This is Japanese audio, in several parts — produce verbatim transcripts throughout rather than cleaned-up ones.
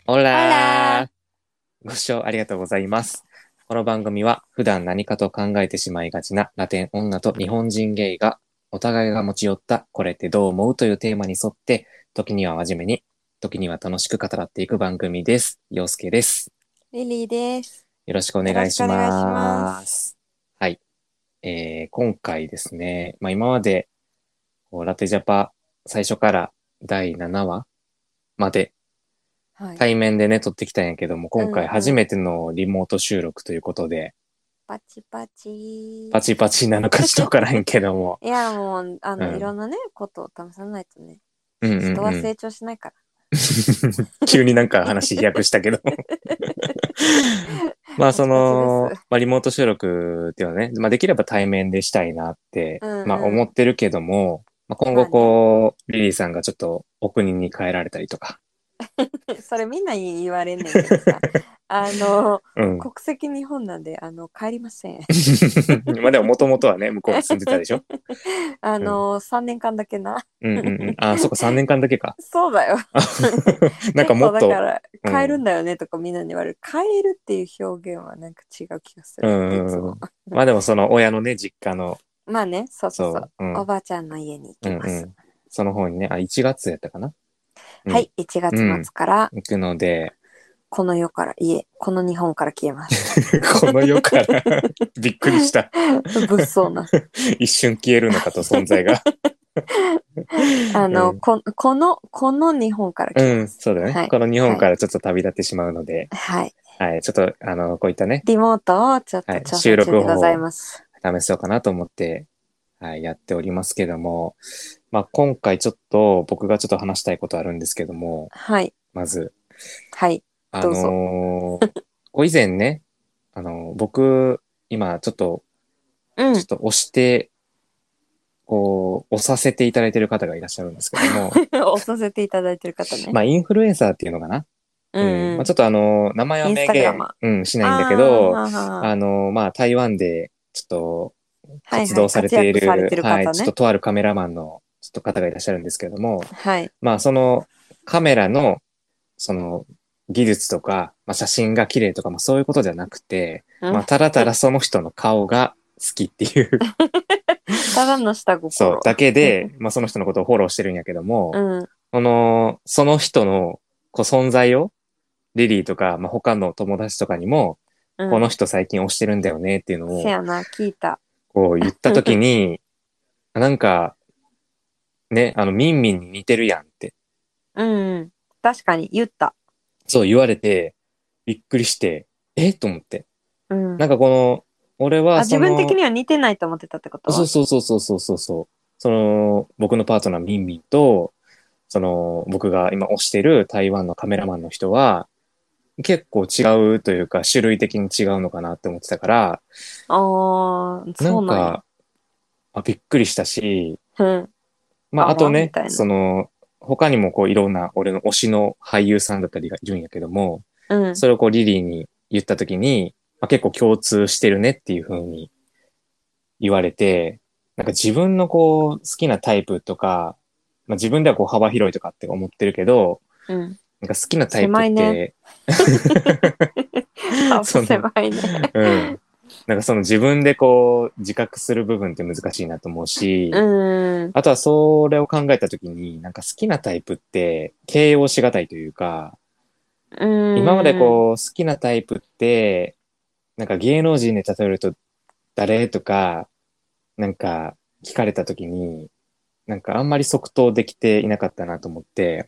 オオララー。ご視聴ありがとうございます。この番組は普段何かと考えてしまいがちなラテン女と日本人ゲイがお互いが持ち寄ったこれってどう思うというテーマに沿って時には真面目に時には楽しく語らっていく番組です。陽介です。 リリーです。 よろしくおよろ願いししくお願いしまます。 す。はい。えー、今回ですね、まあ、今までこうラテジャパ最初からだいななわまではい。 対面でね、撮ってきたんやけども、 う今回んうん。 初めてのリモート収録ということで、 パチパチ。 パチパチなのかちょっとわからへんけども、 いや、もう、あの、いろうん。 んなね、ことを試さないとね、 うんうんうん。 人は成長しないか急になんか話飛躍したけどまら。 あそパチパチです。 の、まあリモート収録っていうのはね、まあできれば対面でしたいなって、 うんまあうん。 思ってるけども、まあ、今後まあね。 こう、リリーさんがちょっとお国に帰られたりとか、 それみんなに言われんねんけどさ、あの、 うん。 国籍日本なんで、あの、帰りません。 まあでももともとはね、向こうに住んでたでしょ。 あうん。 の、さんねんかんだけな。 うんうんうん。あ、そっか、さんねんかんだけか。 そうだよ。 あなんか結構もっと、 だから変えるんうん。 だよねとかみんなに言われる。変えるっていう表現はなんか違う気がすうるっていつも。 んうんうん。まあでもその親のね、実家の、 まあね、そうそうそう。 そう、うん。 おばあちゃんの家に行うきます。 んうん。その方にね、あ、いちがつやったかな。うん。 はい、1月末うん。 から行くので、 この世から、いえ、この日本から消えます。 この世からびっくりした。 物騒な。 一瞬消えるのかと存在があの、 うん。 こ、この、この日本からうん、 消えます。 そうだね。 はい、 この日本はい、 からちょっと旅立ってしまうので、 はい。 はい。ちょっと、あの、こういったね、 リモートをちょっはい。 と調査収中でござい録方法をます。 試そうかなと思って、はい、やっておりますけども、まあ、今回ちょっと僕がちょっと話したいことあるんですけども、 はい、 まず、 はい、 あどうぞ。 のーこう以前ね、あのー僕、今ちょっと、 うん。 ちょっと押して、こう、押させていただいている方がいらっしゃるんですけども、 押させていただいてる方ね。 まあ、インフルエンサーっていうのかな。 ううん。まあ、 んうん。 ちょっとあのー名前はインス明言、 タグラマー。 うん、しないんだけああ、 ど、 はあはあ。 あのーまあ、台湾で、ちょっと、活はいはい。 動されてい活躍される、 てるはい、ちょっと方ね。 とあるカメラマンの、ちょっと方がいらっしゃるんですけども、 はい。 まあ、そのカメラの、その技術とか、まあ、写真が綺麗とか、まあ、そういうことじゃなくて、 うん。 まあ、ただただその人の顔が好きっていうただの下そう、 心。 だけで、まあ、その人のことをフォローしてるんやけども、 うん。 この、その人の、こう、存在を、リリーとか、まあ、他の友達とかにも、このうん。 人最近推してるんだよねっていうのを、 せやな、聞いた。 こう言ったときに、なんか、ね、あの、ミンミンに似てるやんって、 うんうん。確かに言った。 そう言われて、びっくりして、えと思って。 うん。 なんかこの、俺はあ、自分的その、 には似てないと思ってたってこそうと？ そうそうそうそうそうそう、その、僕のパートナーミンミンと、その、僕が今推してる台湾のカメラマンの人は、結構違うというか、種類的に違うのかなって思ってたから、 ああ、 なそうなんや。 んか、あ、びっくりしたし、 うん。 まあ、 ああとね、 わみたいな。 その、他にもこういろんな俺の推しの俳優さんだったりがいるんやけども、 うん。 それをこうリリーに言ったときに、まあ、結構共通してるねっていう風に言われて、なんか自分のこう好きなタイプとか、まあ、自分ではこう幅広いとかって思ってるけど、 うん。 なんか好きなタイプっ狭いね。 て幅その、 狭いね。 うん。なんかその自分でこう自覚する部分って難しいなと思ううし、 ん。 あとはそれを考えたときに、なんか好きなタイプって形容しがたいというか、 う今までん。 こう好きなタイプって、なんか芸能人で例えると誰とか、なんか聞かれたときに、なんかあんまり即答できていなかったなと思って、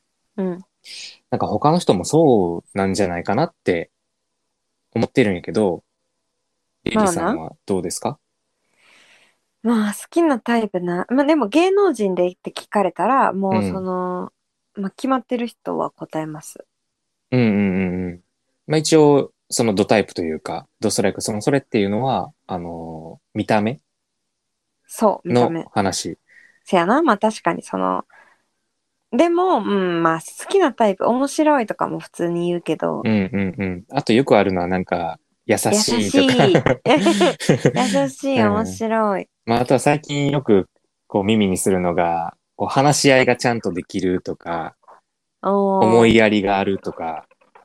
うん。 なんか他の人もそうなんじゃないかなって思ってるんやけど、リリまあな。 さんはどうですか？ まあ好きなタイプな。まあでも芸能人でって聞かれたら、もうそうん。 の、まあ決まってる人は答えます。 うんうんうんうん。まあ一応、そのドタイプというか、ドストライク、そのそれっていうのは、あのー見た目そう、見たの目。 話。 せやな。まあ確かにその、でも、うん、まあ好きなタイプ、面白いとかも普通に言うけど、 うんうんうん。あとよくあるのはなんか、優優しいとかしい。優しい、面うん。 白い。 まああとは最近よくこう耳にするのが、こう話し合いがちゃんとできるとか、思おー、 いやりがあるとか、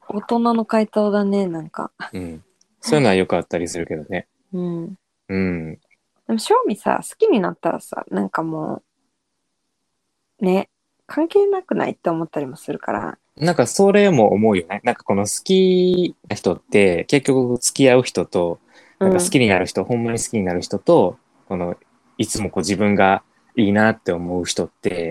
大人の回答だね、なんか。 うん。そういうのはよくあったりするけどね。 うん。 うん。 でも、正味さ、好きになったらさ、なんかもう、ね、関係なくないって思ったりもするから。 なんかそれも思うよね。なんかこの好きな人って結局付き合う人と、なんか好うん。 きになる人、ほんまに好きになる人と、このいつもこう自分がいいなって思う人って、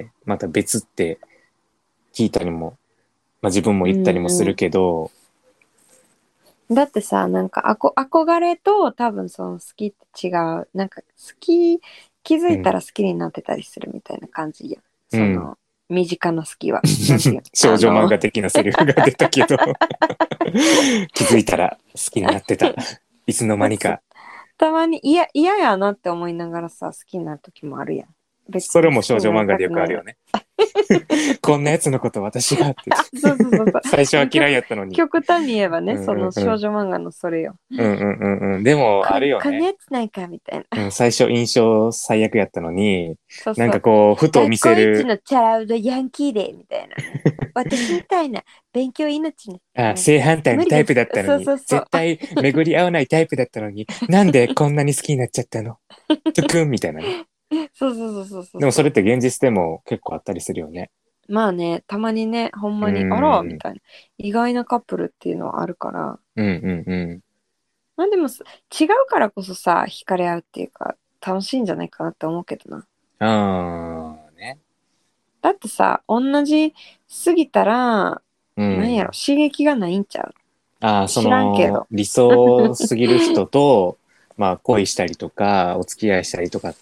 また別って聞いたりも、まあ自分もう言ったりもするんけど、 うん。だってさ、なんかあこ、憧れと多分その好きって違う。なんか好き、気づうん、 いたら好きになってたりするみたいな感じやん。 うん。 その、身近な好きは。なんていうの少あの、 女漫画的なセリフが出たけど気づいたら好きになってた。いつの間だってさ、 にか。 たまに嫌、嫌やなって思いながらさ、好きになる時もあるやん。別それもに好きになり少女漫画でよたくない。 くあるよね。こんなやつのこと私がって言あ、そうそうそうそって最初はう。極、 嫌いやったのに。 極端に言えばね、 うんそのうんうん。 少女漫画のそれよ。 うんうんうんうん。でも、あこん、 るよね。 こんなやつないかみたいな。 うん、最初印象最悪やったのに、なんそうそう。 かこう、ふと見学校せる、 一のチャラウドヤンキーで、みたいなね。私みたいな勉強命の、 あ、 なんか、 正反対のタイプ無理です。 だったのに、 そうそうそう。 絶対巡り合わないタイプだったのに、なんでこんなに好きになっちゃったのトゥクンみたいなね。 そうそうそうそうでもそれっそう。 て現実でも結構あったりするよね。 まあね、たまにね、ほんうーまに、あら、みん。 たいな。意外なカップルっていうのはあるから。 うんうんうん。 まあでもす、違うからこそさ、惹かれ合うっていうか、楽しいんじゃないかなって思うけどな。 あーね。 だってさ、同じすぎたら、 うなんやろ、 ん。 刺激がないんちゃう？ ああ、そ知らんけの、 ど。 理想すぎる人と、まあ、恋したりとか、お付き合いしたりとかって、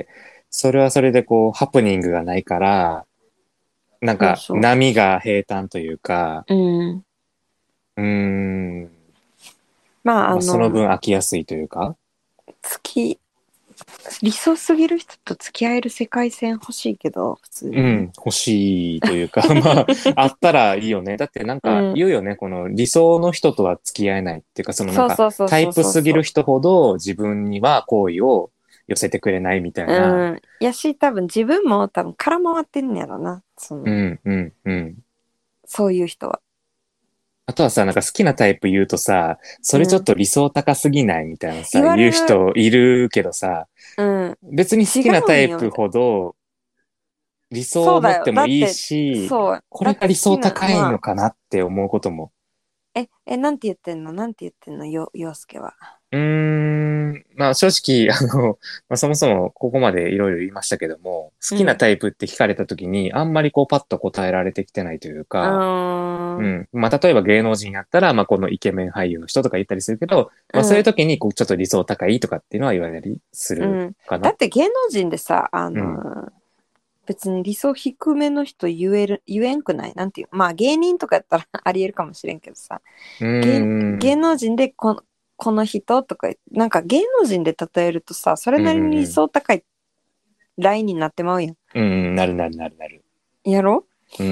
それはそれでこう、ハプニングがないから、なんか、 そうそうそう波がそ平坦というか、 う。うん。 うーん、 まあ、 まあ、そのあの、 分飽きやすいというか、 月、理想すぎる人と付き合える世界線欲しいけど、普通にね。 うん、欲しいというか、まあ、あったらいいよね。だってなんうかん。 言うよね、この理想の人とは付き合えないっていうか、そのなんそうかそうそうそうタイプそうそすぎる人ほど自分には好意を寄せてくれないみたいう。 な。 うん。やし、多分自分も多分空回ってんねやろな。その、 うん、うん、うん。 そういう人は。 あとはさ、なんか好きなタイプ言うとさ、それちょっうん。 と理想高すぎないみたいなさ、 言わ言うれる。 人いるけどさ、 うん。 別に好違きなタうんよ、みイプたいな。 ほど理想を持っそうだよ。 てもいいだって、 し、 そう。だっこれが理て好きな、 想高いまあ、 のかなって思うことも。 え、え、なんて言ってんのなんて言ってんのよ、洋介は。 うーん、まあ正直、あの、まあ、そもそもここまでいろいろ言いましたけども、好きなうん。 タイプって聞かれた時にあんまりこうパッと答えられてきてないといううか、 ーん。 うん。まあ例えば芸能人やったら、まあこのイケメン俳優の人とか言ったりするけど、まあそういううん。 時にこうちょっと理想高いとかっていうのは言われたりするうん。 かな。 だって芸能人でさ、あうん。 のー別に理想低めの人言える、言えんくないなんていう。まあ芸人とかやったらありえるかもしれんけどさ、 うー芸、芸ん。 能人でこ、この人とか、なんか芸能人で例えるとさ、それうんなりに理うんうん。 想高いラインになってまうやん。 うんうん、なるなるなるなる。 やろ？ うん。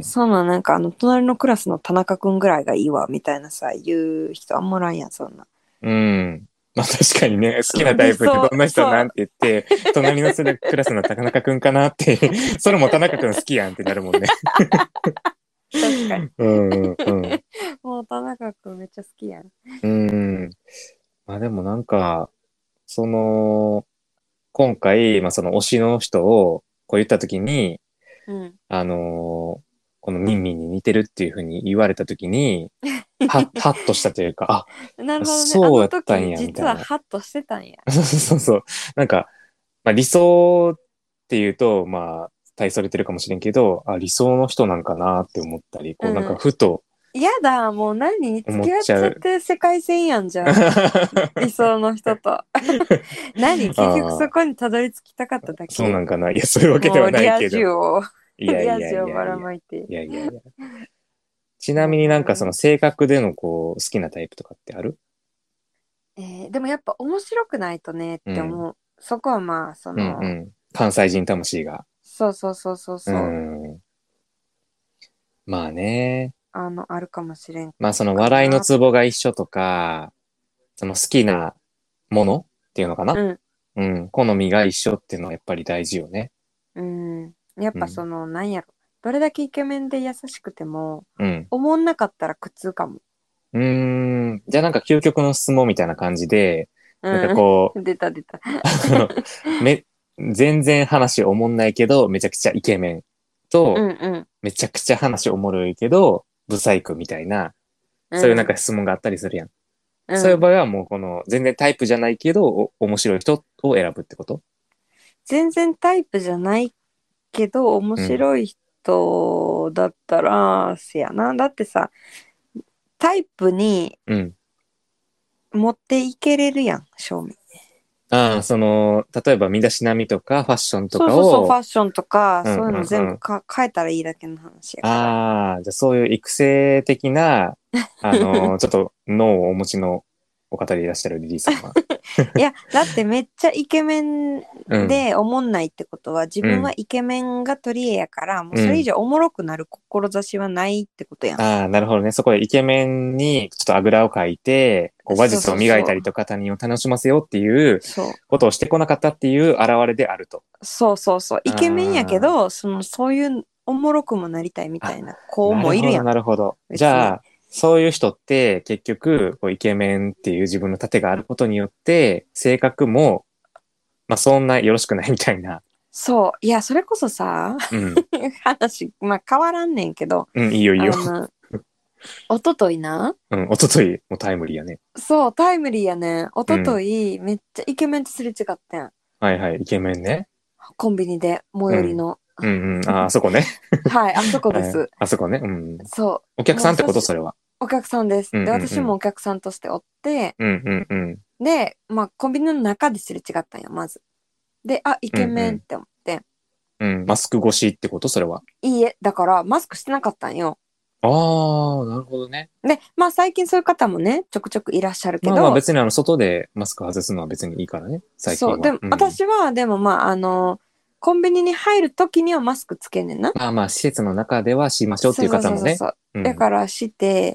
そんなんなんかあの隣のクラスの田中くんぐらいがいいわみたいなさ、言う人あんまおらんやん、そんな。 うん。まあ確かにね、好きなタイプってど理想、 んな人そう。 なんて言って、隣のクラスの田中くんかなってそれも田中くん好きやんってなるもんね。 確かに。 うんうんうん。 もう田中くんめっちゃ好きやん。 うん。まあでもなんか、その、今回、まあその推しの人をこう言ったときに、 うん。 あのーこのミンミンに似てるっていうふうに言われたときに、は、はっとしたというか、あ、 なるほどね。あそうやのったんや、み時実はたいな。 ハッとしてたんや。 そうそうそう。なんか、まあ理想っていうと、まあ、大それてるかもしれんけど、あ、理想の人なんかなって思ったり、こうなんかうん。 ふとやだ、もう何思付き合っちゃっっちゃう。 て世界線やんじゃあ。理想の人と。何結局ああ、 そこにたどり着きたかっただけ？ そうなんかな。いや、そういうわけではなもうリアいけど。 充を、 いやリアいやい充をばらやいや。 まいて。 いやいやいや。ちななるみになんかそのほどね。 性格でのこう、好きなタイプとかってある？ えーでもやっぱ面白くないとねっうん。 て思う。そこはまあ、その、 うんうん。関西人魂が。 そうそうそうそううそう、 ん。まあね。 あの、あるかもしれんまあそのかな。 笑いのツボが一緒とか、その好きなものっていうのかな。 うん、 うん。好みが一緒っていうのはやっぱり大事よね。 うん。やっうん。 ぱその、なんやろ。 どれだけイケメンで優しくても、 うん。 思んなかったら苦痛かも。 うーん。じゃあなんか究極の質問みたいな感じで、なんかうこん。出た出た。 う、あの、め、全然話おもんないけど、めちゃくちゃイケメンうと、 んうんめちゃくちゃ話おもろいけど、ブサイクみたいな、そういうなんうんか質問があったりするやん。 うん。 そういう場合はもうこの、全然タイプじゃないけど、お面白い人を選ぶってこと？ 全然タイプじゃないけど面うん。 白い人だったらせやな。だってさ、タイプにうん。 持っていけれるやん、正味。 ああ、その、例えば身だしなみとかファッションとそうそうそう、ファかを、 ッションとか、 うんそういうのうんうん。 全部か変えたらいいだけの話やから。 ああ、じゃあそういう育成的な、あの、ちょっと脳をお持ちのお方でいらっしゃるリリーさんは。 いや、だってめっちゃイケメンうん、 でおもんないってことは、自うん、 分はイケメンが取り柄やから、もううん。 それ以上おもろくなる志はないってことやん。 ああ、なるほどね。そこでイケメンにちょっとあぐらをかいて、こう話そう術をそうそう。 磨いたりとか他人を楽しませようっていうそことをしてこなかったっていう現れであると。 う。そうそうそう。イケメンやけあど、その、そういうおもろくもなりたいみあ、あ、 たいな子なるほど、 もいるやん。 なるほど。じ別に。 ゃあ、そういう人って結局、こうイケメンっていう自分の盾があることによって、性格も、まあそんなよろしくないみたいな。 そう。いや、それこそさ、 うん。 話、まあ変わらんねんけど、 うん、いいよいいよ。 あの、おとといな、 うん、おととい、もうタイムリーやね。 そう、タイムリーやねん。おととうん。 い、めっちゃイケメンとすれ違ってん。 はいはい、イケメンね。 コンビニで、最うん。 寄りの。 うんうん。あ、あそこね。 はい、あそこはい。 です。 あそこね。うん。 そおう。 客さんってこともう久し、 それは？ お客さんです。 うんで、 うんうん。 私もお客さんとしておって、 うんうんうん。 で、まあ、コンビニの中ですれ違ったんよ、まず。で、あ、イケメンっうんうん。 て思って。 うん。マスク越しってことそれは？ いいえ、だからマスクしてなかったんよ。 ああ、なるほどね。 で、まあ最近そういう方もね、ちょくちょくいらっしゃるけまあまあど、 別にあの、外でマスク外すのは別にいいからね。最そう、 近は。 でもうん。 私は、でもまあ、あの、コンビニに入るときにはマスクつけんねんな。 まあまあ、施設の中ではしましょうっていうそうそう方もね。 そうそうそう。 うん。 だからして、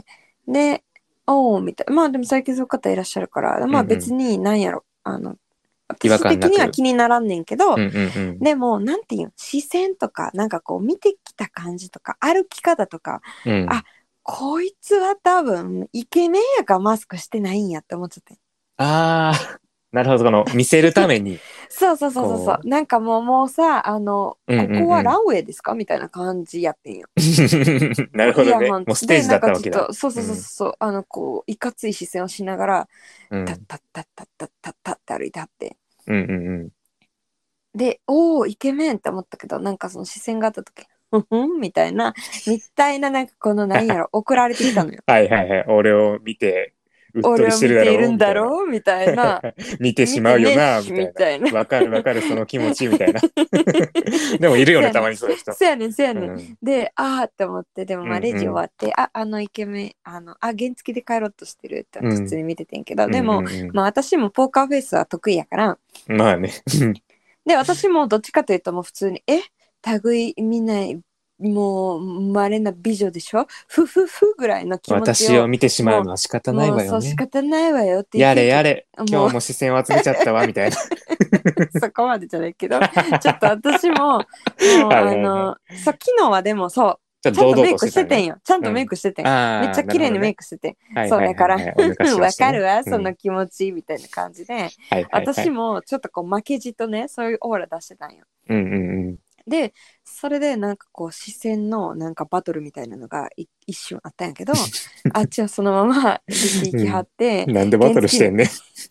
で、おーみたいな。まあでも最近そういう方いらっしゃるから、まあ別うんうん。 になんやろ。あの、 違和私的には感なく。 気にならんねんけど、 うんうんうん。 でも、なんていうん、視線とか、なんかこう見てきた感じとか、歩き方とか、 うん。 あ、こいつは多分イケメンやからマスクしてないんやって思っちゃって。 ああ、なるほど。この、見せるために、 そうそうそうそうそう。 こなんかもう、もうさ、あの、 う。うんこうんうん。 こはランウェイですかみたいな感じやってんよ。 なるもうイほどね。 ヤホンつで、 もうステージだなんったわけだ。 かちょっと、そうそうそううん。 そう、あの、こう、いかつい視線をしながら、タッうん。 タッタッタッタッタッタッって歩いてはって。 うんうんうん。 で、おー、イケメンって思ったけど、なんかその視線があった時、ふふんみたいな、みたいな、なんかこの、なんやろ、送られてきたのよ。 はいはいはい。俺を見て、うっとり俺をしてるだ見ているんろうみたいな。 だろうみたいな。 見てし見てまうよな、 ねえし、 みたいな。 みたいな。 わかるわかる、その気持ち、みたいな。でもいるよね、 せやねん。 たまにそういう人。 せやねん、せやねん。 うん。 で、あーって思って、でもうんまあレジ終うん。 わって、あ、あのイケメン、あの、あ、原付で帰ろうとしてるって思って普通うん。 に見ててんけど、 うんうでも、 んうまあ私もポーカーフェイスは得意やから、 ん。まあね。 で、私もどっちかというともう普通に、え、類見ない、もう稀な美女でしょふふふぐらいの気持ちを、 私を見てしまうものは仕方う、 ないもうそう仕わよね。 方ないわよって言っやてんけど、 れやれ、 もう今日も視線を集めちゃったわ、みたいな。 そこまでじゃないけど、ちょっとは私も、もういはいはい。 あの、そう、昨日はでもそう、 ちょっと堂々 ちゃんとメイクとしてたんね。 しててんよ。ちゃんとメイうん。 クしててん。めっちああ、 ゃ綺麗にメなるほどね。 イクしてて。 はいそう、だからはいはいはい。おめかしをしてね。 わかるわ、 うん。 その気持ち、みたいな感じで、 はいはいは私い。 もちょっとこう負けじとね、そういうオーラ出してたんよ。 うんうんうん。 で、それでなんかこう視線のなんかバトルみたいなのがい一瞬あったんやけど、あっちはそのままレジ行きはって、 うん。なんでバトルして原付に、 んね。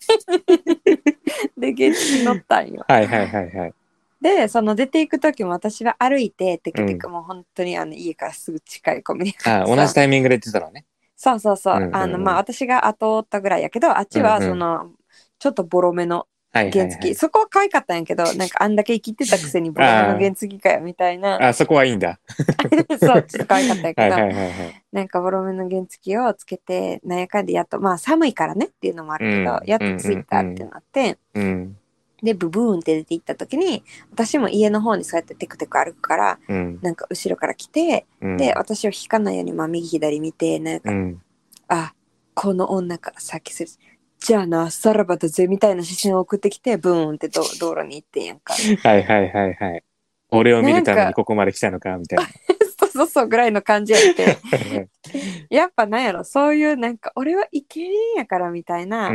で、原付乗ったんよ。 はいはいはいはい。 で、その出ていく時も私は歩いて、テクテうん。 クもう本当にあの家からすぐ近いコンビニだかああ、同じらさ、 タイミングで言ってたのね。 そうそうそう、 うんうあの、まあんうん。 私が後追ったぐらいやけど、あっちはうんうん。 その、ちょっとボロめのはいは原付。 いはい。 そこは可愛かったんやけど、なんかあんだけ生きてたくせにボロめのあ原付かよみたいな、 あ、あそこはいいんだ。 そう、ちょっと可愛かったんやけど、 はいはいはいはい。 なんかボロめの原付をつけて、なんやかんでやっと、まあ寒いからねっていうのもあるけど、 うん、 やっとうん、うん、 着いたってうん。 なって、 うん、 で、ブブーンって出て行った時に、私も家の方にそうやってテクテク歩くから、 うん、 なんか後ろから来て、で、 うん、 私を引かないように、まあ右左見て、なんか、 うん。 あ、この女から先する。じゃあな、さらばだぜ、みたいな視線を送ってきて、ブーンって道道路に行ってんやんか。 はいはいはいはい。俺を見るためになんか、 ここまで来たのか、みたいな。 そうそうぐらいの感じやってやっぱなんやろそういうなんか俺はイケメンやからみたいな、 うん。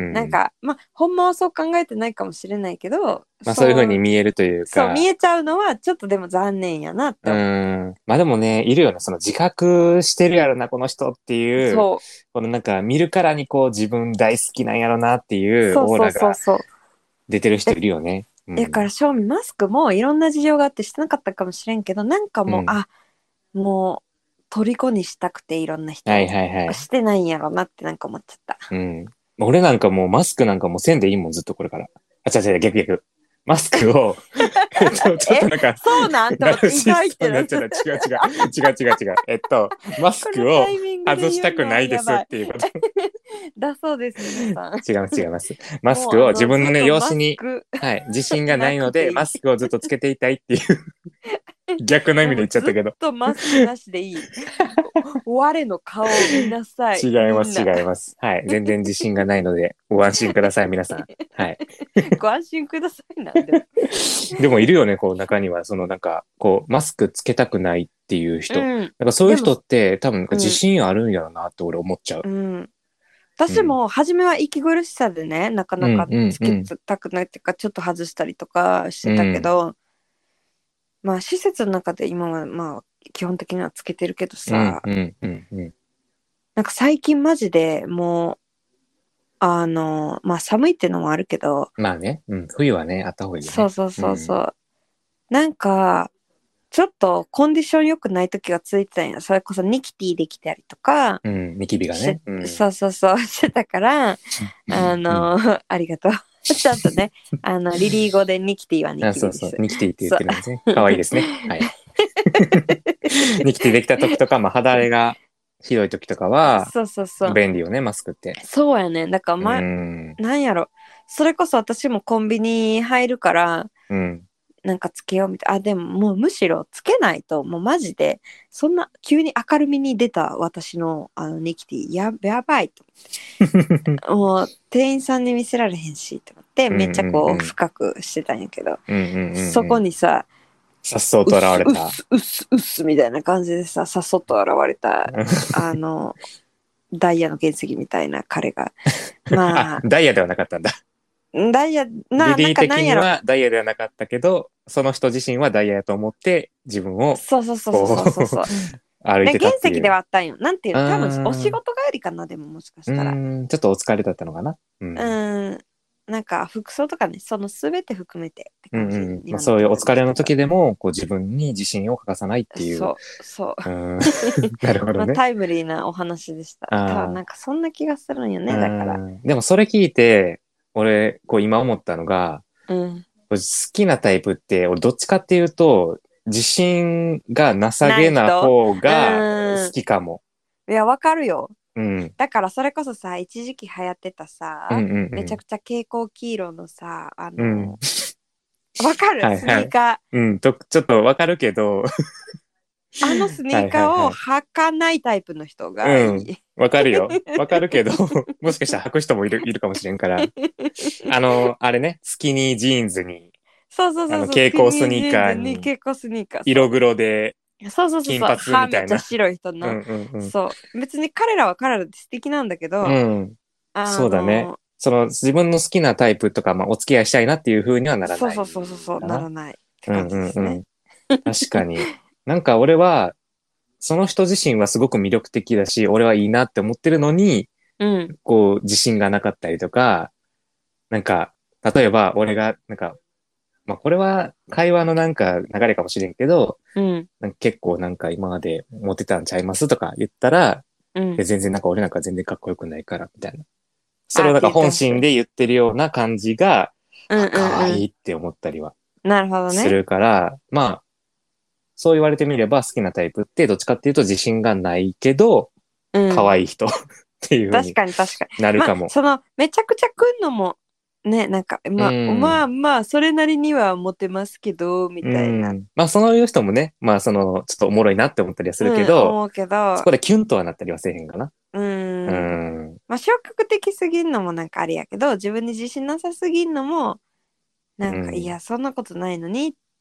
なんかまあほんまはそう考えてないかもしれないけど、 まあそういう風にそう見えるというか。 そう見えちゃうのはちょっとでも残念やなっうて思う。 ん。まあでもね、いるよね。その自覚してるやろな、この人っていう、 そこのなんか見るからにこう自分大好きなんやろなってういうそうそうオーラがそうそう。 出てる人いるよね。うだからん。 正味マスクもいろんな事情があってしてなかったかもしれんけど、なんかもう、 うん。 あもう虜にしたくていろんなはい人をはいはい。 してないんやろなってなんか思っちゃった。 うん。俺なんかもうマスクなんかもうせんでいいもん、ずっとこれから。あ、違う違う、逆逆。マスクをえっと、ちょっとえなんか、 そうなんとナ思って意ルシス外ってなっトになっちゃった。違う違う。違う違う違う。えっと、マスこのクをタイミングで外した言うのはくないですっやばい。 ていうこと。 だそうです皆さん。 違います、違います。マスもうあクを自分のね、 のずっと容姿に、 マスクはい、自信がなないので、 くていい。 マスクをずっとつけていたいっていう逆の意味で言っちゃっもうずったけど。 とマスクなしでいい。我の顔を見なさい違います、違みんな。 います。はい。全然自信がないので、ご安心ください、皆さん。はい。 ご安心くださいなんで。 でもいるよね、こう中には、そのなんか、こう、マスクつけたくないっていう人。 うん。 なんかそういうでも、 人って多分なんか自うん、 信あるんやろなって俺思っちゃう。 うん。 うん。 私も初めは息苦しさでね、なかうん、 なかうん、 つけうん。 たくないっていうか、ちょっと外したりとかしてたけうん、 ど、まあ施設の中で今はまあ基本的にはつけてるけどうん、 さ、 うん、うん、うん。 なんか最近マジでもう、あの、まあ寒いっていうのもあるけど、 まあね、うん、冬はね、あった方がいいよね。 そうそううん。 そうそう。なんか、ちょっとコンディション良くない時がついてたんや。それこそニキティできたりとかうん、ニキビがして、 ね。うん。 そうそうそう、してたから、あうん。 の、ありがとう。ちゃんとね、あの、リリー語でニキティはニあ、そうそう。 キビです。 ニキティって言っそう。 てるんですね。可愛いですね。はい。ニキティできた時とか、まあ肌荒れがひどい時とかは、 そうそうそう。 便利よね、マスクって。 そうやね。だから、 うま、 ん。 なんやろ。それこそ私もコンビニ入るから、 うん。 なんかつけようみたいな。あ、でももうむしろつけないと、もうマジで、そんな急に明るみに出た私のあのニキティ、や、やばいと思って。もう店員さんに見せられへんし、と思って、 うんめっちゃうんうん。 こう深くしてたんやけど、 うんうんうんそうん。 こにさ、 さっそうと現うっすれた。 うっすうっすうっすみたいな感じでさ、さっそと現れた、あの、ダイヤの原石みたいな彼が。 あ、 まあ、 ダイヤではなかったんだ。 ダイヤ、な、なんリリーかなんやろ。 的にはダイヤではなかったけど、その人自身はダイヤやと思って自分をそうそうそうそうこそうそうそう。 う歩いで、 てた原石でっていう。 はあったんよ。なんていううの、多分おーん。 仕事帰りかな、でももしかうしたら。 ーん。ちょっとお疲れだったのかな。ううん。 ーん。なんか服装とかね、そのすべて含めてって感じうんうん。まあにはなってそういうお疲れのたんですけど。 時でも、こう自分に自信を欠かさないっていう。 そう、そう。 うーん。なるほどね。 まあタイムリーなお話でした。ただあなんかそんな気がするんよあ。うね、だから。 ーん。でもそれ聞いて、俺、こう今思ったのが、 うん。 好きなタイプって、俺どっちかっていうと、自信がなさなげない人方うが好ーん。 きかも。 いや、わかるよ。 うん。 だからそれこそさ、一時期流行ってたうんさ、 うんうん。 めちゃくちゃ蛍光黄色のさ、あうん。 の、わかるスはいはい。 ニーカー。 うん。と、ちょっとわかるけど、 あのスニはーカーをいはいはい。 履かないタイプの人がいうん。 い。 わかるよ。わかるけど、もしかしたら履く人もいる、いるかもしれんから。あの、あれね、スキニージーンズに、 そうそうあの、 そうそう、ス蛍キニージ光スニーーンズにカーに、 蛍光スニーカー。そ色黒で、 う。そうそうそうそう。 金髪歯めっちゃみたいな。 白い人な。 うんうんうん。 そう。別に彼らは彼らで素敵なんだけうど、 ん。 あそうだね。 の、 その自分の好きなタイプとか、まあ、お付き合いしたいなっていう風にはならなそうそうそうそうそう、 いかな。 ならないって感うんうじですね。 んうん。確かに。なんか俺は、その人自身はすごく魅力的だし、俺はいいなって思ってるのに、 うん。 こう、自信がなかったりとか、なんか、例えば俺が、なんか、まあこれは会話のなんか流れかもしれんけど、 うん。 なんか結構なんか今までモテたんちゃいますとか言ったら、いやうん。 全然なんか俺なんか全然かっこよくないから、みたいな。それあーってをなんか本言った人。 心で言ってるような感じが、あ、 うんうんうん。 可愛いって思ったりはなるほどね。 するから、まあ、そう言われてみれば好きなタイプってどっちかっていうと自信がないけど、 うん。 可愛い人っていう風確にかに確かに。まあ、 なるかも。 その、めちゃくちゃ来んのも、ね、なんか、 うまあ、まん。 あまあ、それなりにはモテますけど、みうたいな。 ん。まあ、そういう人もね、まあ、その、ちょっとおもろいなって思ったりはするけうん、 ど、 思うけど、 そこでキュンとはなったりはせえへんかな。 ううん。 ん。 まあ、消極的すぎんのもなんかあれやけど、自分に自信なさすぎんのも、なんか、いうん。 や、そんなことないのにっ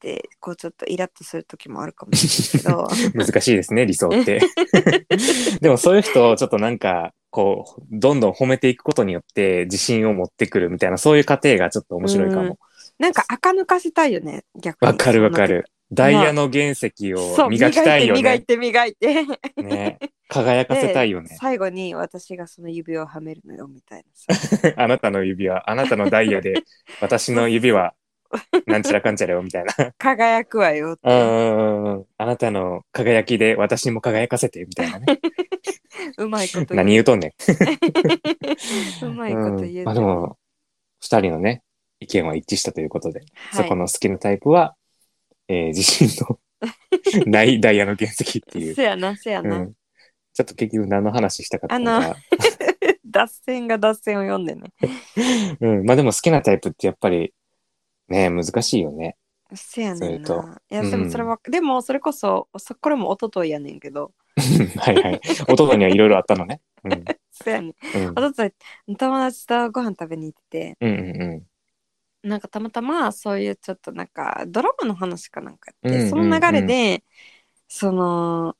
てこうちょっとイラッとする時もあるかもしれないけど難しいですね、理想って。でもそういう人をちょっとなんか、こう、どんどん褒めていくことによって自信を持ってくるみたいな、そういう過程がちょっと面白いかも。 なんか垢抜かせたいよね、逆に。 わかるわかる。ダイヤの原石を磨きたいよね。 磨いて磨いて磨いて。 ね、輝かせたいよね。 最後に私がその指輪をはめるのよみたいなさ。 あなたの指輪、あなたのダイヤで私の指はなんちゃらかんちゃらよみたいな。 輝くわよって。 うんうんうん。あなたの輝きで私も輝かせてみたいなね。 うまいこと言う。 何言うとんねん。うまいこと言う、ね。 うん、まあでも、二人のね、意見は一致したということで、 はい、 そこの好きなタイプは、えー、自信のないダイヤの原石っていう。 せやな、せやな、うん。 ちょっと結局何の話したかったのか。 あの脱線が脱線を読んでね。 うん、まあでも好きなタイプってやっぱりね、難しいよね。 せやねんな。いや、でもそれは、うん、でもそれこそ、これも一昨日やねんけど。 はいはい。一昨日にはいろいろあったのね。うん、 そうやねん。一昨日友達とご飯食べに行って、 うんうんうん、 なんかたまたまそういうちょっとなんかドラマの話かなんかって、うんうんうん、その流れで、その、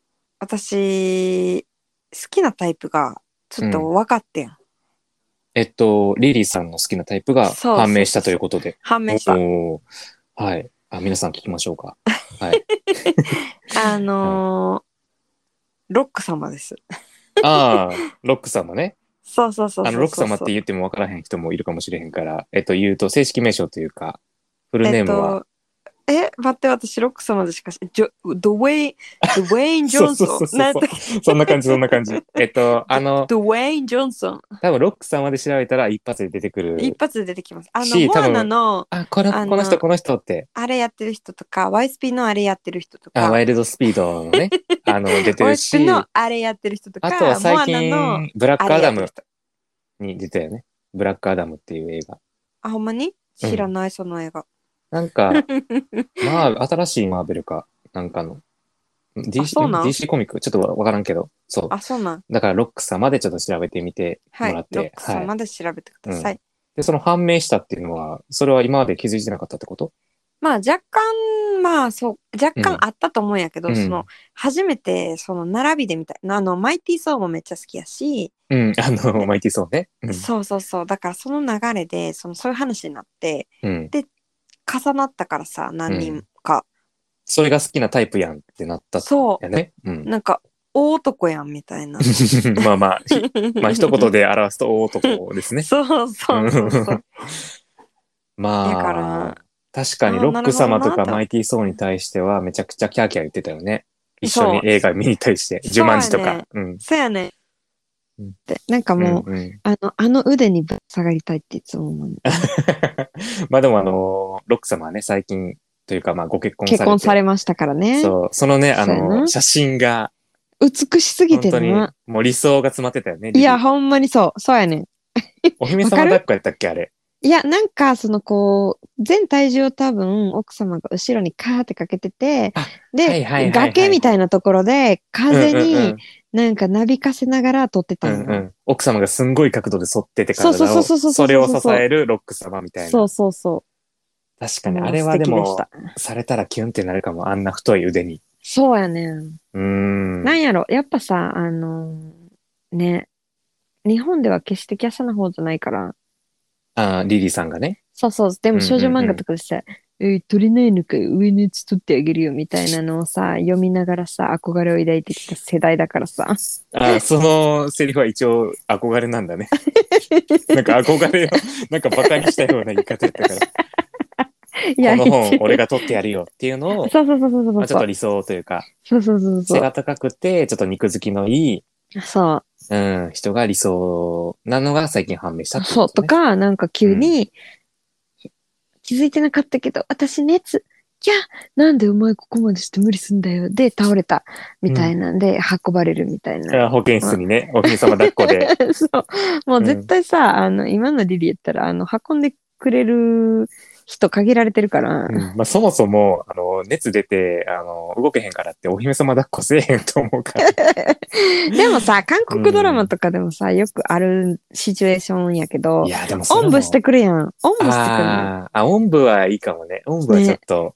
私、好きなタイプがちょっと分かってん。うん、 えっと、リリーさんの好きなタイプが判明したということで。そうそうそう、 判明した。 はい。あ、皆さん聞きましょうか。はい。 あのーはい、ロック様です。 ああ、ロック様ね。 そうそうそうそうそう。 あの、ロック様って言っても分からへん人もいるかもしれへんから、えっと、言うと、正式名称というか、フルネームは、 えっとえ、待って、私、ロック様でしかし、ジョドウェイ、ドウェイン・ジョンソン。 そうそうそうそう。そんな感じ、そんな感じ。えっと、あの、 ドウェイン・ジョンソン。 多分、ロック様で調べたら一発で出てくる。 一発で出てきます。あの、モアナの、 あ、この、この人、この人って。 あれやってる人とか、ワイスピのあれやってる人とか。 あ、ワイルドスピードのね、あの、出てるし。 ワイスピのあれやってる人とか、 あとは最近、ブラックアダムに出たよね。ブラックアダムっていう映画。 あ、ほんまに知らない、うん、その映画。 なんか、まあ、新しいマーベルか、なんかの。ディーシー、ディーシー コミックちょっとわからんけど。そう。 あ、そうなん。 だから、ロック様でちょっと調べてみてもらって。 はい、ロック様で調べてください、はい、うん。 で、その判明したっていうのは、それは今まで気づいてなかったってこと？ まあ、若干、まあ、そう、若干あったと思うんやけど、うん、その、初めて、その、並びで見たい。あの、マイティー・ソーもめっちゃ好きやし。 うん、あの、マイティー・ソーね、 うん。そうそうそう。だから、その流れで、その、そういう話になって、 うん、 で、重なったからさ、何人か、うん。 それが好きなタイプやんってなったそうやね。うん、 なんか、大男やんみたいな。 まあまあ、まあ一言で表すと大男ですね。 そうそうそうそう。 まあ、だから確かにロック様とかマイティー・ソーに対してはめちゃくちゃキャーキャー言ってたよね。一緒に映画見に対して。ジュマンジとか。 うん。そうやね。うん、なんかもう、うんうん、あの、あの腕にぶっ下がりたいっていつも思う。 まあでもあの、ロック様はね、最近というか、まあご結婚されて。 結婚されましたからね。 そう。そのね、あの、写真が。 美しすぎてるな。本当に、もう理想が詰まってたよね。 いや、ほんまにそう。そうやねん。 お姫様抱っこやったっけあれ。 いや、なんか、そのこう、全体重を多分、奥様が後ろにカーってかけてて、で、はいはいはいはい、崖みたいなところで、風になんかなびかせながら撮ってたの、うんうん。 奥様がすんごい角度で反ってて体を、それを支えるロック様みたいな。 そうそうそう。 確かに、あれはでも、されたらキュンってなるかも、あんな太い腕に。 そうやねん。 うーん。 なんやろ、やっぱさ、あのー、ね、日本では決して華奢な方じゃないから。 ああ、リリーさんがね。 そうそう。でも少女漫画とかでさ、うんうんうん、えー、撮れないのか上のやつ撮ってあげるよみたいなのをさ、読みながらさ、憧れを抱いてきた世代だからさ。 ああ、そのセリフは一応憧れなんだね。なんか憧れを、なんかバカにしたような言い方やったから。いやこの本俺が取ってやるよっていうのを、 そうそうそうそうそう、 まあ、ちょっと理想というか、 そうそうそうそう、 背が高くて、ちょっと肉付きのいい、 そう。 うん、人が理想なのが最近判明したってこと、ね、 そう、とか、なんか急に、うん、気づいてなかったけど、私熱、キャなんでお前ここまでして無理すんだよ。で、倒れた。みたいなんで、運ばれるみたいな。 うん、保健室にね、お姫様抱っこで。 そう。もう絶対さ、うん、あの、今のリリーやったら、あの、運んでくれる人限られてるから。 うん、まあ、そもそも、あの、熱出て、あの、動けへんからってお姫様抱っこせえへんと思うから。 でもさ、韓国ドラマとかでもさ、うん、よくあるシチュエーションやけど、 いや、でもおんぶしてくるやん。おんぶしてくるああ、おんぶはいいかもね。おんぶはちょっと、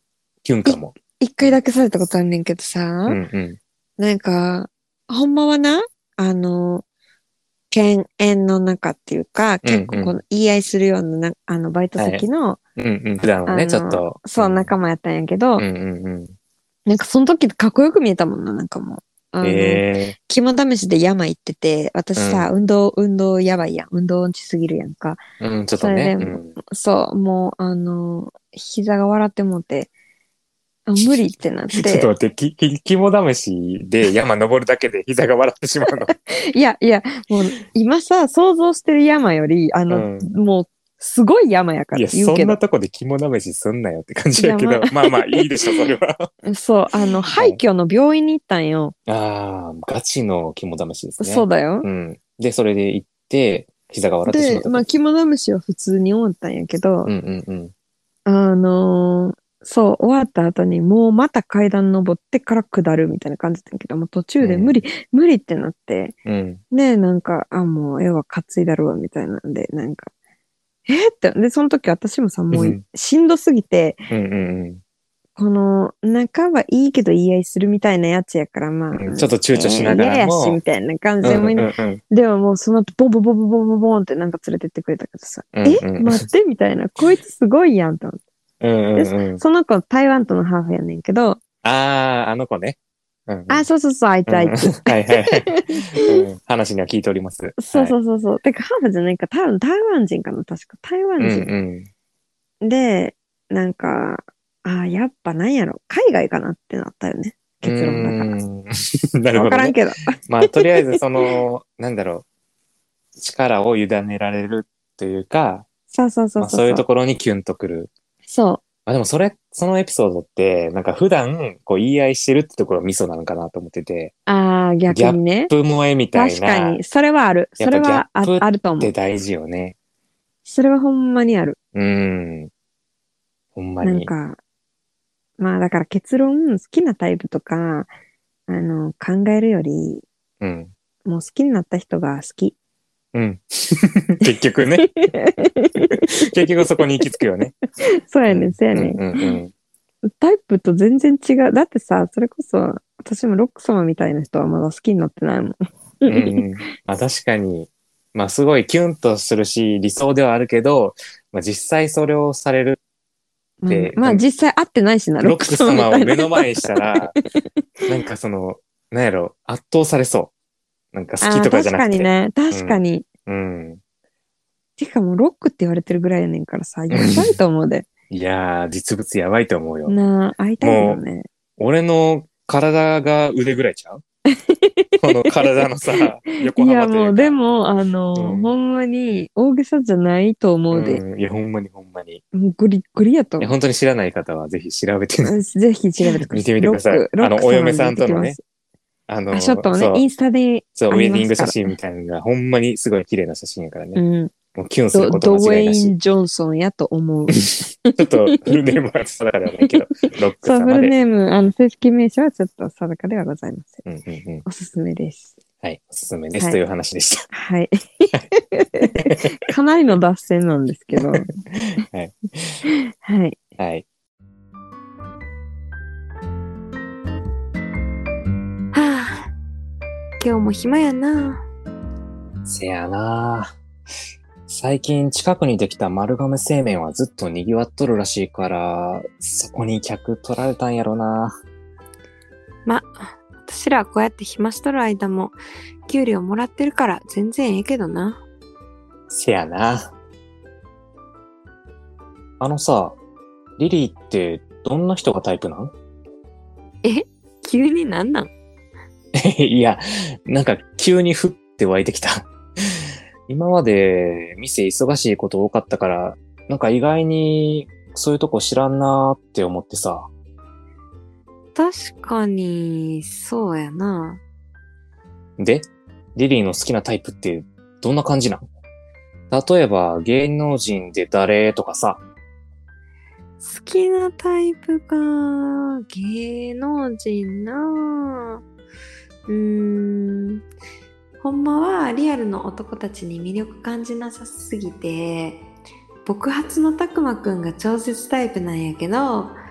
キュンかも。 一回だけされたことあんねんけどさ、 うんうん。 なんか、ほんまはな、あの、犬猿の中っていうか、 うん結構こうん。 の言い合いするような、なあの、バイトはい。 先の、 うんうん。普段はね、ちょっあの、 と。うそう、 ん。 仲間やったんやけど、 うんうんうん。 なんかその時かっこよく見えたもんな、なんかもう。あの、 ええ肝試しで山行ってて、私さ、 ー。 運動、運動やばいやん。運動音痴すぎるやんか。 うん。うん、ちょっとね。 それでも、 うん。 そう、もう、あの、膝が笑ってもうて、あ無理ってなっちょっとて、 待って、き、き、肝試しで山登るだけで膝が笑ってしまうの。 いやいや、もう今さ、想像してる山より、あの、 うん。 もう、すごい山やからいや、そん言うけど。 なとこで肝試しすんなよって感じやけ山、 ど、まあまあいいでしょ、それは。 そう、あの、 はい。 廃墟の病院に行ったんよ。 ああ、ガチの肝試しですね。 そうだよ。 うん。で、それで行って、膝が笑ってしまっで、まあ、 たと。 肝試しは普通に終わったんやけど、 うんうんうん。 あのーそう、終わった後にもうまた階段登ってから下るみたいな感じだったんやけど、もう途中で無理、 うん。 無理ってなって、 うん。 で、なんか、あ、もう絵は担いだるわ、みたいなんで、なんか、えーって、で、その時私もさ、もううん。 しんどすぎて、 うんうんこの、仲はいいけど言い合いするみたいなやつやから、まあ、 うん。ちょっと躊躇しえー、 なが嫌やし、みらも、 たいな感じうんうでもいいな。 んうん。 でももうその後、ボンボンボンボンボンボンボンってなんか連れてってくれたけどさ、えうんうん。 待って、みたいな。こいつすごいやん、と思って。 うんで、 うんうん。 その子、台湾とのハーフやねんけど、 ああ、あの子ね。うんうあ、 ん。 そうそうそう、あいつうん。 あいつ。 はいはいはい。うん。話には聞いております。 そうはい。 そうそうそう。てか、ハーフじゃないか、多分台湾人かな、確か。台うん湾人。 うん。 で、なんか、あ、やっぱなんやろ、海外かなってなったよね。 うー結論だから。 ん。なるほどね。 わからんけど。 まあ、とりあえず、その、なんだろう、力を委ねられるというか、 そうそうそうまあ、 そうそう。 そういうところにキュンとくる。 そう。 まあ、でも、それ、そのエピソードって、なんか普段、こう、言い合いしてるってところがミソなのかなと思ってて、 ああ、 ギャッ逆にね。 プ萌えみたいな、 確かに。それはある。それやっぱギャッはあ、 プっあると思う。 て大事よね。 それはほんまにある。 うーん。ほんまに。 なんか、まあだから結論、好きなタイプとか、あの、考えるより、 うん。 もう好きになった人が好き。 うん。結局ね。結局そこに行き着くよね。 そうやねん、 うん。 そうやねうんうんうん。 ん。タイプと全然違う。だってさ、それこそ、私もロック様みたいな人はまだ好きになってないもん。 うんうん。まあ確かに、まあすごいキュンとするし、理想ではあるけど、まあ実際それをされるっうん、 て、 まあなん実際会ってないしな、ロックロック様を様みたいな目の前にし人。 たら、なんかその、なんやろ、圧倒されそう。なんか好きああ、 とかじゃ確なくて。 かにね。 うん。 確かに。 うん。 てかもうロックって言われてるぐらいやねんからさ、やばいと思うで。 いやー、実物やばいと思うよ。 なあ、会いたいけどもう、 ね。 俺の体が腕ぐらいちゃうこの体のさ、横いや、もう、で幅というか。 も、あの、ほうん。 んまに、大げさじゃないと思うで。 うん。いや、ほんまにほんまに。いもうグリッグリやとや、 思本当に知らない方はぜひ調べてみう。ぜひ調べてくだ見さい。 てみてください。 ロック、ロッあの、 ク様で出お嫁さんとのね、 てきます。あ、ショッあの、 トもね、インそう、 スタでそう、 あウェディングりますから。 写真みたいなのがほんまにすごい綺麗な写真やからね。 うん。 もうキュンするド、 ことドウェイン・間違いなし。 ジョンソンやと思う。 ちょっとフルネームは定かではないけど、ロックそう、フ様で。 ルネーム、あの、正式名称はちょっと定かではございません。 うんうんうん。 おすすめです。 はい、おすすめですはい。 という話でした。 はい。かなりの脱線なんですけど。 はい。 はい。 はい。 はあ、今日も暇やな。 せやな最近近くにできた丸亀製麺はずっと賑わっとるらしいから、そこに客取られたんやろな。 ま、私らこうやって暇しとる間も、給料もらってるから全然ええけどな。 せやな。あのさ、リリーってどんな人がタイプなん？ え急になんなん？ いや、なんか急に降って湧いてきた。今まで店忙しいこと多かったから、なんか意外にそういうとこ知らんなーって思ってさ。 確かに、そうやな。 で、リリーの好きなタイプってどんな感じなん？例えば芸能人で誰とかさ。 好きなタイプか、芸能人な。うーん。ほんまはリアルの男たちに魅力感じなさすぎて、僕発のたくまくんが超絶タイプなんやけど、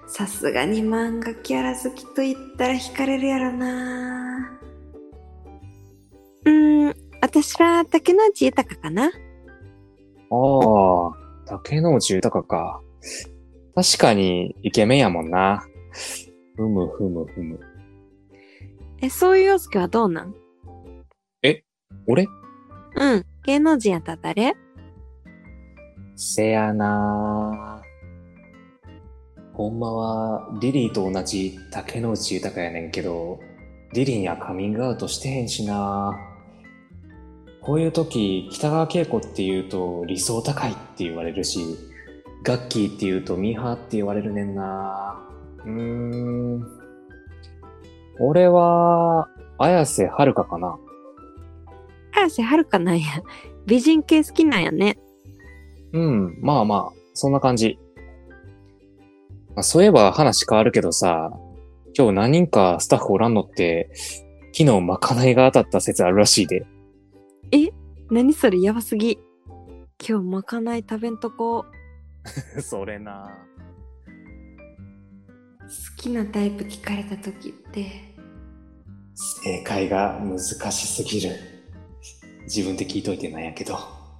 さすがに漫画キャラ好きと言ったら惹かれるやろな。うーん、私は竹野内豊かな。 ああ、竹野内豊か。確かにイケメンやもんな。ふむふむふむ。 え、そういう洋介はどうなん？ 俺うん、芸能人やったら誰？ せやな。ほんまはリリーと同じ竹野内豊やねんけど、リリーにはカミングアウトしてへんしな。こういう時、北川景子って言うと理想高いって言われるし、ガッキーって言うとミーハーって言われるねんな。うーん。俺は、綾瀬はるかかな。 綾瀬はるかなんや。美人系好きなんやね。 うん、まあまあ、そんな感じ。まあ、そういえば話変わるけどさ、今日何人かスタッフおらんのって、昨日まかないが当たった説あるらしいで。 え、何それやばすぎ。今日まかない食べんとこ。 それな。 好きなタイプ聞かれた時って正解が難しすぎる。自分で聞いといてなんやけど。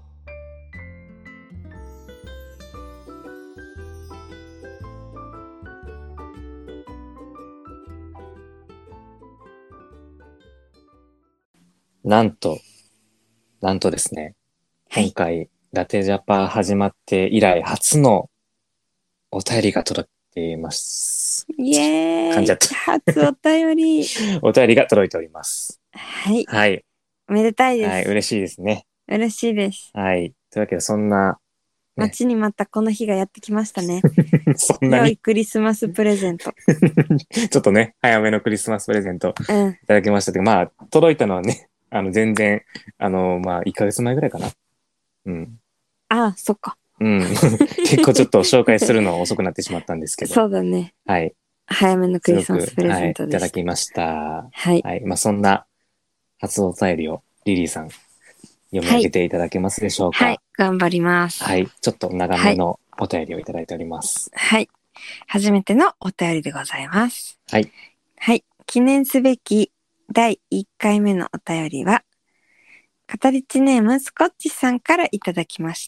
なんと、なんとですね、 はい今回、ラテジャパ始まって以来初のお便りが届いています。 イエーイ噛んじゃった初お便りお便りが届いております。 はいはい。 おめでたいです、 はい、嬉しいですね。 嬉しいです。 はい。というわけで、そんな、ね待ちに待ったこの日がやってきましたね。 そんなに良いクリスマスプレゼント。 ちょっとね、早めのクリスマスプレゼントうん。 いただきましたけど、まあ、届いたのはね、あの、全然、あの、まあ、いっかげつまえぐらいかな。うん。 ああ、そっか。 うん。結構ちょっと紹介するの遅くなってしまったんですけど。 そうだね。 はい。 早めのクすごく、 リスマスプレゼントはい、いでした。 ただきました。 はい。 はい。まあ、そんな初お便りをリリーさん読み上げていただけますでしょうか。 はい、頑張ります。 はい。ちょっと長めのお便りをいただいております。 はい。初めてのお便りでございます。 はい。 はい。記念すべきだいいっかいめのお便りは、語りちネームスコッチさんからいただきました。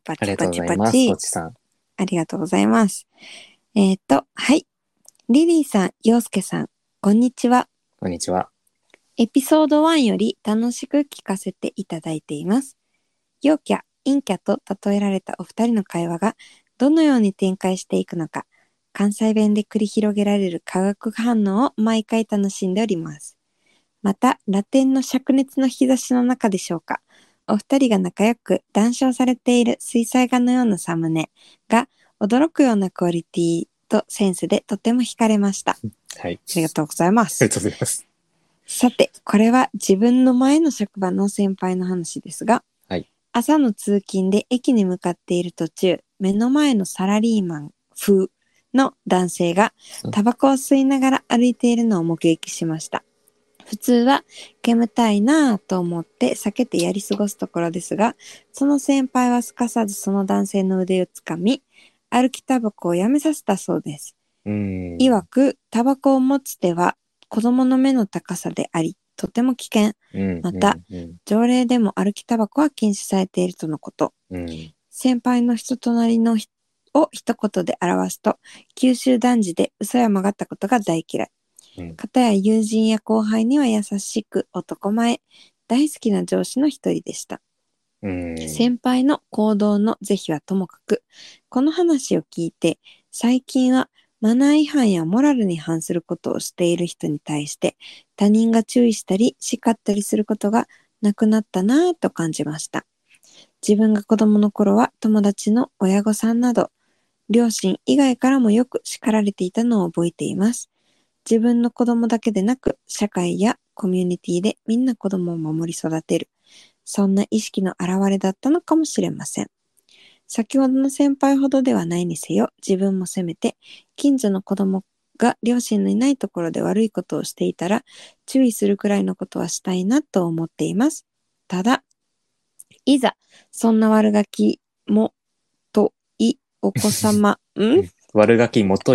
パありがとチパチうございます、 パチこっ。ちさん。 ありがとうございます。えっ、ー、と、はい。リリーさん、ヨウスケさん、こんにちは。 こんにちは。 エピソードワンより楽しく聞かせていただいています。陽キャ、陰キャと例えられたお二人の会話がどのように展開していくのか、関西弁で繰り広げられる化学反応を毎回楽しんでおります。また、ラテンの灼熱の日差しの中でしょうか、お二人が仲良く談笑されている水彩画のようなサムネが驚くようなクオリティとセンスでとても惹かれました。 はい。 ありがとうございまありす。 がとうございます。 さて、これは自分の前の職場の先輩の話ですが、 はい、 朝の通勤で駅に向かっている途中、目の前のサラリーマン風の男性がタバコを吸いながら歩いているのを目撃しました。普通は煙たいなぁと思って避けてやり過ごすところですが、その先輩はすかさずその男性の腕をつかみ、歩きタバコをやめさせたそうです。 うーん。 曰く、タバコを持つ手は子供の目の高さであり、とても危険。 うんまた、 うんうん条例でも歩きタバコは禁止されているとのこと。 うん、 先輩の人となりのを一言で表すと、九州男児で嘘や曲がったことが大嫌い。 うん、 かたや友人や後輩には優しく男前、大好きな上司の一人でした。 うん、 先輩の行動の是非はともかく、この話を聞いて、最近はマナー違反やモラルに反することをしている人に対して他人が注意したり叱ったりすることがなくなったなぁと感じました。自分が子供の頃は友達の親御さんなど両親以外からもよく叱られていたのを覚えています。自分の子供だけでなく社会やコミュニティでみんな子供を守り育てる、そんな意識の表れだったのかもしれません。先ほどの先輩ほどではないにせよ、自分もせめて近所の子供が両親のいないところで悪いことをしていたら注意するくらいのことはしたいなと思っています。ただ、いざそんな悪ガキもといお子様ん悪ガキもとい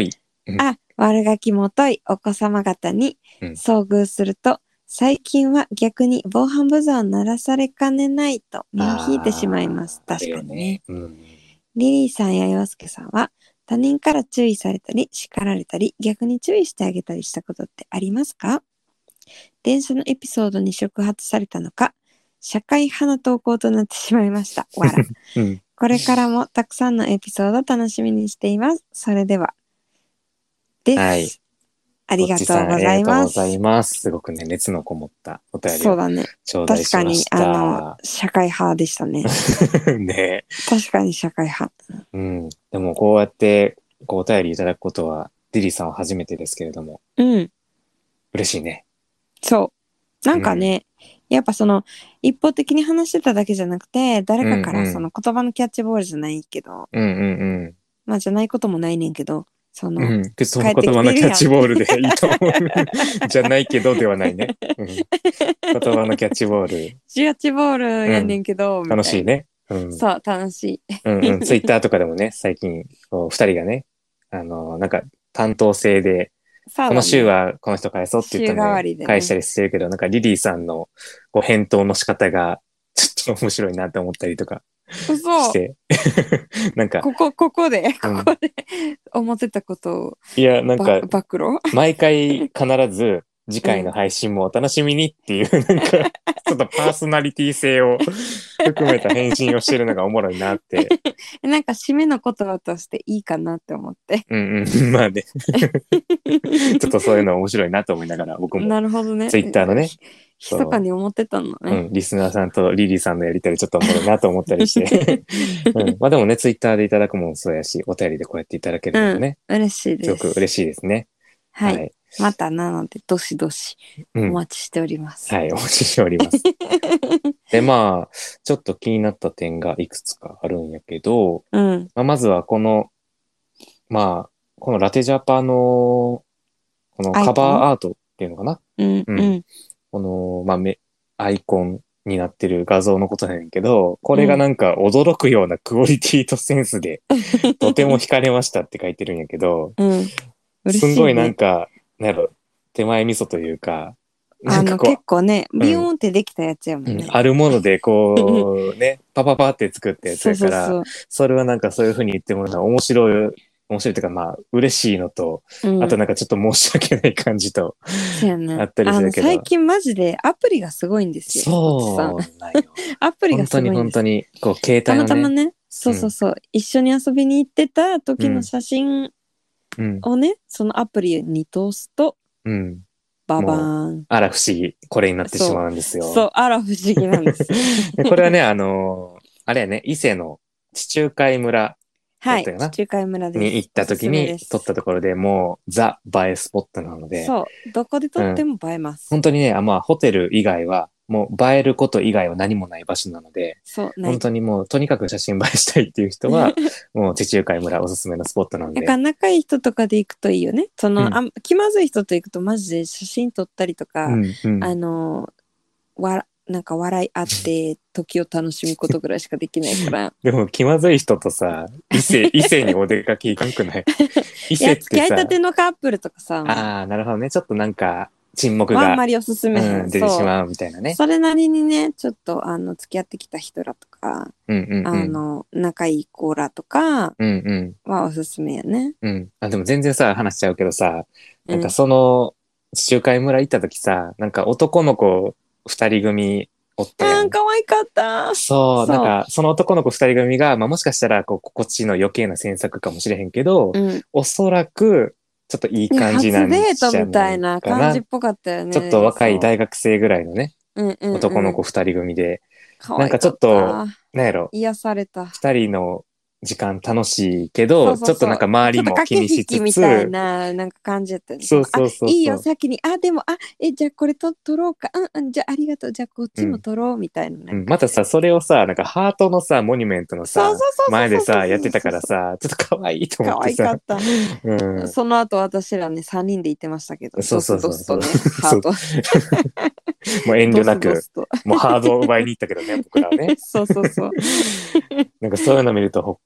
うんあ、悪ガキもといお子様方にうん遭遇すると、最近は逆に防犯ブザーを鳴らされかねないと身を引いてしまいます。 あー確かにね。 あるよね。 リリーさんや洋介さんは他人から注意されたり叱られたり逆に注意してあげたりしたことってありますか？電車のエピソードに触発されたのか、社会派の投稿となってしまいました。わら。 うん。うん。 これからもたくさんのエピソード楽しみにしています。それでは。です。 はいありがとうございぼっちさんありがとうます。 ございます。すごくね、熱のこもったお便りをそうだね。 頂戴確かにしまし、 あのた。、 社会派でしたね。 ね確かに社会派。 うん。でもこうやってこうお便りいただくことは、リリーさんは初めてですけれども、 うん。 嬉しいね。 そう。なんかね、やっぱその、一方的に話してただけじゃなくて、誰かからその言葉のキャッチボールじゃないけど、 うんうんまあじゃないこともないねんけど、そうん。 の、 うん。でその帰ってきてるやん言葉のキャッチボールでいいと思う。じゃないけどではないね。うん、言葉のキャッチボール。 キャッチボールやねんけど、みたいな楽しい。ね。うん。 そう、楽しい。 うんうん。ツイッターとかでもね、最近、こう二人がね、あの、なんか担当制で、 そうだねこの週はこの人返そうって言ったので週替わりでね返したりしてるけど、なんかリリーさんのこう返答の仕方がちょっと面白いなって思ったりとか嘘して、なんか、 ここ、ここで、 うんここで思ってたことをいや、なんばか、 暴露毎回必ず次回の配信もお楽しみにっていう、なんか、ちょっとパーソナリティ性を含めた返信をしてるのがおもろいなって。 なんか締めの言葉としていいかなって思って。 うんうん、まあね。ちょっとそういうの面白いなと思いながら、僕もなるほどね。 ツイッターのね、 ひ密かに思ってたのね。 うん、リスナーさんとリリーさんのやりたりちょっとおもろいなと思ったりして。うん、まあでもね、ツイッターでいただくもんそうやし、お便りでこうやっていただけるのもね、 嬉しいですす。 ごく嬉しいですね。 はい。またなので、どしどしうん。 お待ちしております。 はい、お待ちしております。で、まあ、ちょっと気になった点がいくつかあるんやけど、 うん。 まあ、まずはこの、まあ、このラテジャパの、このカバーアートっていうのかな、 うん。 うんうん。 この、まあ、めアイコンになってる画像のことなんやけど、これがなんか驚くようなクオリティとセンスで、とても惹かれましたって書いてるんやけど、 うん。嬉しい、ね。 すんごいなんか、なんやろ、手前味噌というか、なあの、 んかこう結構ね、 んビヨーンってできたやつやもんね。 うんあるものでこう、ね、パパパって作ったやつそうやから、 そうそう。 それはなんかそういう風に言ってもらうのは面白い、面白いというかまあ嬉しいのと、 うん、 あとなんかちょっと申し訳ない感じと、 そうやね。 あったりするけどあの最近マジでアプリがすごいんですよ。 そうおじさんなんよ。 アプリが本当にすごいんです。 本当に、こう携た帯をね、 またまね、そうそうそう、一緒に遊びに行ってた時の写真うん、 をね、そのアプリに通すと、 うん。 ババーン。 あら不思議、これになってしまうんですよ。 そう、あら不思議なんです。 でこれはね、あのーあれやね、伊勢の地中海村はい、 だったよな地中海村です。 に行った時に撮ったところでもうザ・映えスポットなので、 そう、どこで撮っても映えます。 本当にね、あまあホテル以外はもう映えること以外は何もない場所なので、 そう、ない本当にもうとにかく写真映えしたいっていう人はもう地中海村おすすめのスポットなので。 なんか仲いい人とかで行くといいよね。その、 うんあ気まずい人と行くとマジで写真撮ったりとか、 うんうん、 あのわなんか笑い合って時を楽しむことぐらいしかできないからでも気まずい人とさ、伊勢、伊勢にお出かけ行かんくない伊いや勢ってさ付き合いた、てのカップルとかさああ、なるほどね。ちょっとなんか沈黙が、 あんまりおすすめへん、 うん、出てしそうまうみたいなね。 それなりにねちょっとあの付き合ってきた人らとか、 うんうんうん。 あの仲いい子らとかうんうんはおすすめやね。 うん。あ、でも全然さ、話しちゃうけどさ、なんかうんその、地中海村行った時さ、なんか男の子二人組おったやん。 あー可愛かったそう、 そうなんかその男の子二人組が、まあもしかしたらこう心地の余計な詮索かもしれへんけど、 うんおそらくちょっといいいや感じなんじゃないかな。 初デートみたいな感じっぽかったよね。 ちょっと若いそう大学生ぐらいのね、 うんうんうん男の子二人組で、 可愛なんかちょっとなんやろ、 癒された。 二人の時間楽しいけど、 そうそうそうちょっとなんか周りも気にしつつ、 ちょっと駆け引きみたいななんか感じやったよね。 そうそうそうそうあいいよ先にあでもあえじゃあこれと取ろうかうんうんじゃあありがとうじゃあこっちも取ろうみたいな、 うん、またさ、それをさ、なんかハートのさ、モニュメントのさそうそうそうそう、 前でさ、やってたからさ、ちょっと可愛いと思可ってさ。 愛かった。 うん、 その後私らねさんにんでいてましたけど、 そうそうそうドスドスとねそうハートもう遠慮なく、 ドスドスともうハードを奪いに行ったけどね、僕らはね。 そうそうそう。 なんかそういうの見るとほっこ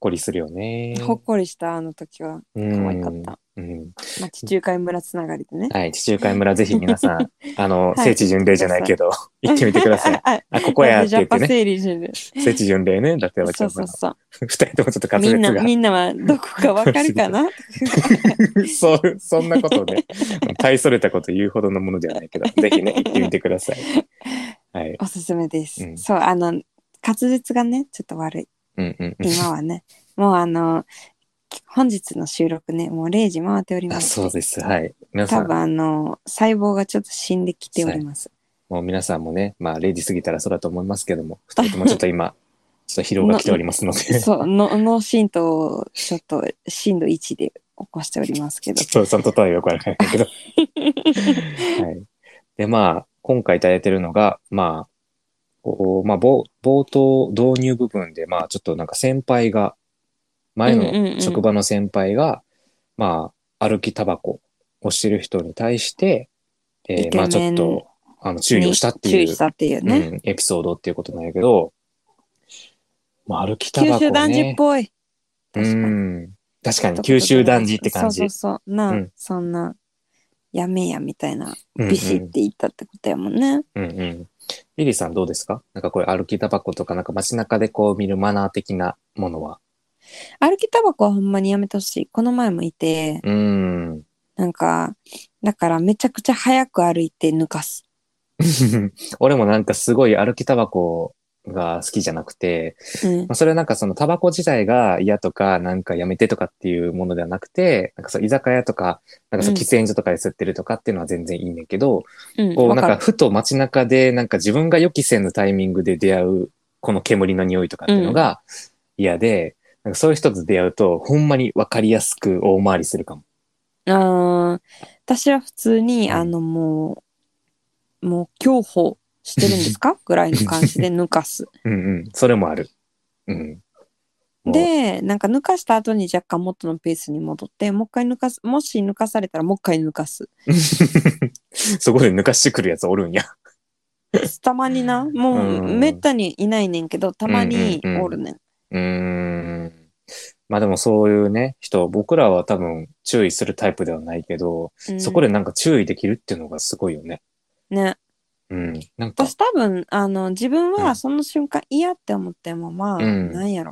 こりするよね。 ほっこりしたあの時は可愛かった。 うん。 まあ、地中海村つながりでね。 はい、地中海村ぜひ皆さん、あの、 はい聖地巡礼じゃないけど、行ってみてください。 あ、 あ、ここやって言ってね。 整理してる。 聖地巡礼ね、だってわちゃんは。 そうそうそう。 二人ともちょっと滑みんな、 舌が。 みんなはどこかわかるかなそう、そんなことね、大それたこと言うほどのものではないけど、ぜひね、行ってみてください。はい。 おすすめです。 うん、 そう、あの、滑舌がね、ちょっと悪い。 うんうんうん。 今はね。もうあの、本日の収録ね、もうれいじ回っておりまあ、 して。 そうです。はい。皆さん、 多分あの、細胞がちょっと死んできております。 もう皆さんもね、まあれいじ過ぎたらそうだと思いますけども、二人ともちょっと今、ちょっと疲労が来ておりますので。 そう、の脳震盪をちょっと震度いちで起こしておりますけど。 ちょっとちゃんと単位よくわからないけど。はい。で、まあ、今回いただいてるのが、まあ、こうまあ、冒冒頭導入部分で、まあ、ちょっとなんか先輩が、前の職場の先輩が、うんうんうん、まあ、歩きタバコをしてる人に対して、えー、まあちょっと、あの、注意をしたっていう、 注意したっていうね、 うん、エピソードっていうことなんやけど、まあ、歩きタバコね。 九州男児っぽい。 確かに。うん。確かに、九州男児って感じ。 そうそうそう。な、うん、そんな、やめやみたいな、ビシって言ったってことやもんね。 うんうん。うんうん。リリーさんどうですか？なんかこういう歩きタバコとか、なんか街中でこう見るマナー的なものは。 歩きタバコはほんまにやめてほしい。この前もいて、 うん。 なんか、だからめちゃくちゃ早く歩いて抜かす。 俺もなんかすごい歩きタバコが好きじゃなくて、うん、まあ、それはなんかそのタバコ自体が嫌とか、なんかやめてとかっていうものではなくて、なんかそう居酒屋とか、なんかそう喫煙所とかで吸ってるとかっていうのは全然いいねんけど、うん、こうなんかふと街中でなんか自分が予期せぬタイミングで出会うこの煙の匂いとかっていうのが嫌で、うん、なんかそういう人と出会うとほんまにわかりやすく大回りするかも。 ああ、私は普通に、うん、あのもう、もう競歩してるんですかぐらいの感じで抜かす。 うんうん、それもある。うん。 で、なんか抜かした後に若干元のペースに戻って、もう一回抜かす、もし抜かされたらもう一回抜かす。 そこで抜かしてくるやつおるんや。 たまにな、もうめったにいないねんけど、たまにおるねん。 うん、うん、うん。まあでもそういうね、人、僕らは多分注意するタイプではないけど、うん、そこでなんか注意できるっていうのがすごいよね。 ね。 うん。なんか。 私多分、あの、自分はその瞬間嫌って思っても、まあ、うん、なんやろ。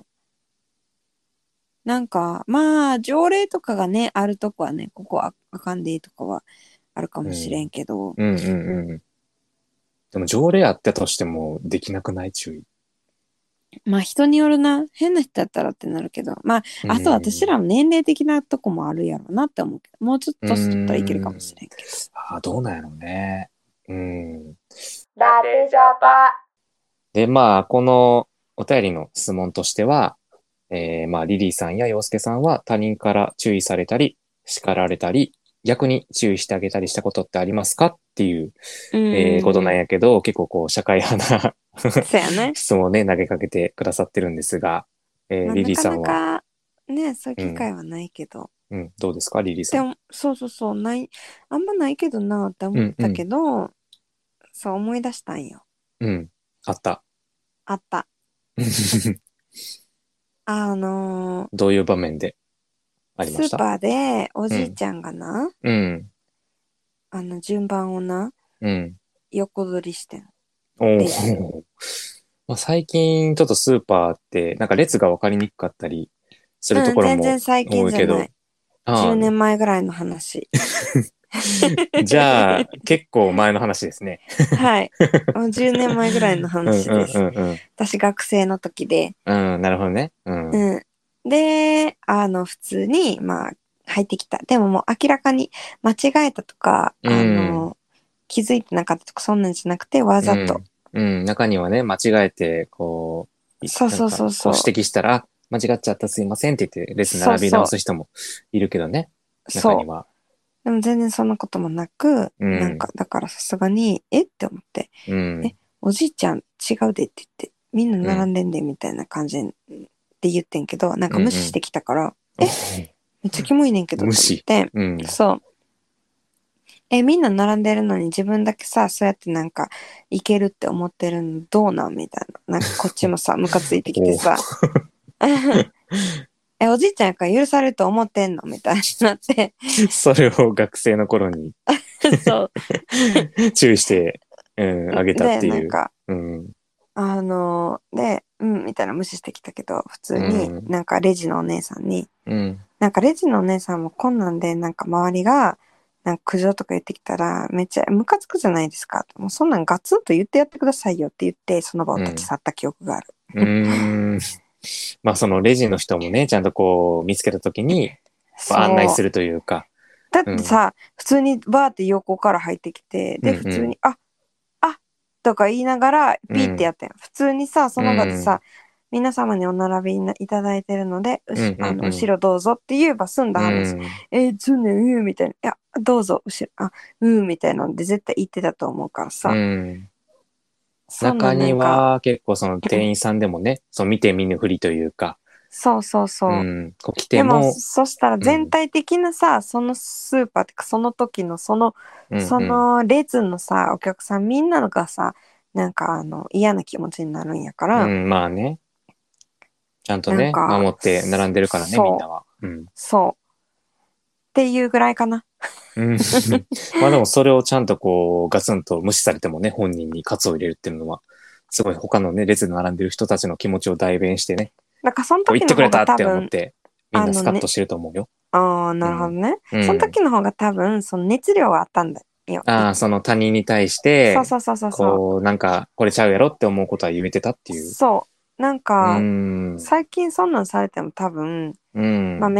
なんか、まあ、条例とかがね、あるとこはね、ここはあかんでいいとかはあるかもしれんけど。 うん、うん、うんうん。でも条例あったとしてもできなくない注意。 まあ人によるな。変な人だったらってなるけど。まあ、あと私らも年齢的なとこもあるやろうなって思うけど、もうちょっと年取ったらいけるかもしれんけど。 ああ、どうなんやろうね。うん。 ラテジャパ。 で、まあ、このお便りの質問としては、えー、まあ、リリーさんや洋介さんは他人から注意されたり、叱られたり、逆に注意してあげたりしたことってありますかっていう、えー、ことなんやけど、結構こう、社会派なそうやね、 質問をね、投げかけてくださってるんですが、えーまあ、リリーさんは。 なかなかね、そういう機会はないけど。 うん、うん、どうですか、リリーさん。 でも、そうそうそう、ない、あんまないけどなって思ったけど、うんうん、そう思い出したんよ。 うん、あった。 あった。あのー、 どういう場面でありました？ スーパーでおじいちゃんがな、 うん、 あの順番をな、 うん、 横取りしてん。 おお。まあ、最近ちょっとスーパーってなんか列が分かりにくかったりするところも多いけど、うん、全然最近じゃない。 じゅうねんまえぐらいの話。 じゃあ結構前の話ですね。 はい。じゅうねんまえぐらいの話です。うんうんうんうん、私学生の時で。 うん、なるほどね。うん。 うん、で、あの普通にまあ入ってきた。でももう明らかに間違えたとか、うん、あの気づいてなかったとかそんなんじゃなくてわざと。 うん、うん、中にはね間違えてこう、 そうそうそうそう。 こう指摘したら間違っちゃったすいませんって言って列並び直す人もいるけどね。そうそう中には。 でも全然そんなこともなく、うん、なんかだからさすがにえって思って、うん、えおじいちゃん違うでって言ってみんな並んでんでみたいな感じで言ってんけど、うん、なんか無視してきたから、うんうん、えめっちゃキモいねんけどって思って、うん、そうえみんな並んでるのに自分だけさそうやってなんかいけるって思ってるのどうなんみたいななんかこっちもさムカついてきてさえ、おじいちゃんやから許されると思ってんのみたいになって。 それを学生の頃にそ注意して、うん、あげう。 たっで、 ていう。 なんか、 うん。 あのーで、うん、みたいな無視してきたけど、普通うにん。 なんかレジのお姉さんに、 うん。 なんかレジのお姉さんもこんなんで、なんか周りが、なんか苦情とか言ってきたら、めっちゃムカつくじゃないですか。もうそんなんガツンと言ってやってくださいよって言って、その場を立ちうん。 去った記憶がある。 うーん。まあそのレジの人もね、ちゃんとこう見つけたときにこう案内そう。 するというか。 だっうん。 てさ、普通にバーって横から入ってきて、で、 うんうん。 普通に、あ、あとか言いながらピーってうん。 やったよ。普通にさ、そうの場でん。 さ、皆様にお並びいただいてるので、ううんし、あの、 うん。 後ろどうぞって言えば済んだう話。 ん。 えー、つねうーみたいな。いや、どうぞ、後ろ、あ、うーみたいなので絶対言ってたと思うからうさ。 ん。 そんな中にんなんか、 は結構その店員さんでもね、そう見て見ぬふりというか、 そうそうそう。 うん、こう来てでも、 も、 そしたらうん、 全体的なさ、そのスーパーってか、その時のその、そうんうん、 の列のさ、お客さんみんなのがさ、なんかあの、嫌な気持ちになるんやから、 うん、まあね、ちゃんとね、 なんか、 守って並んでるからね、みんなそう、 は。うん。 そう、っていうぐらいかな。 うん。まあでもそれをちゃんとこう、ガツンと無視されてもね、本人に喝を入れるっていうのは、すごい他のね、列で並んでる人たちの気持ちを代弁してね、 だからそのこう言っ時の方がてくれたって思っ多分、 て、みんあのね、 なスカッとしてると思うよ。 ああ、なるほどうん。 ね。そのうん。 時の方が多分、その熱量はあったんだよ。いああ、その他人に対して、 そうそうそうそうそう。 こう、なんか、これちゃうやろって思うことは言えてたっていう。 そう。なんうーか、 ん。 最近そんなんされても多分、 うん。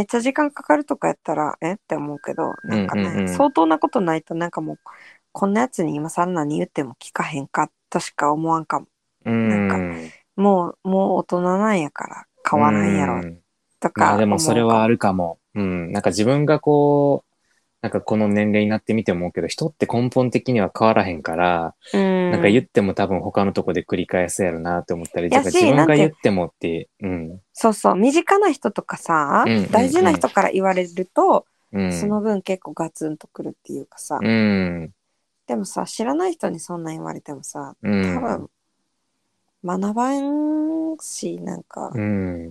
まあめっちゃ時間かかるとかやったら、えって思うけど、 うんなんかね、 うん相当なことないとなんかもう、こんなやつに今更何言っても聞かへんかとしか思わんかも。 うなんか、 ん。うもう、もう大人なんやからー変わらんやろん。うんとかまあでもそれはあ思うかも。 るかも。うん。なんか自分がこう、なんかこの年齢になってみて思うけど、人って根本的には変わらへんから、 うなんか言っん。 ても多分他のとこで繰り返すやろなって思ったり、じゃあ自やし、なんて、 分が言ってもって、うん。 そうそう、身近な人とかさ、 うんう大事なん人から言われると、 うん。うそのん。 分結構ガツンとくるっていうかさ、 うん。 でもさ、知らない人にそんなん言われてもさ、 うん。 多分学ばんし、なんか、 うん。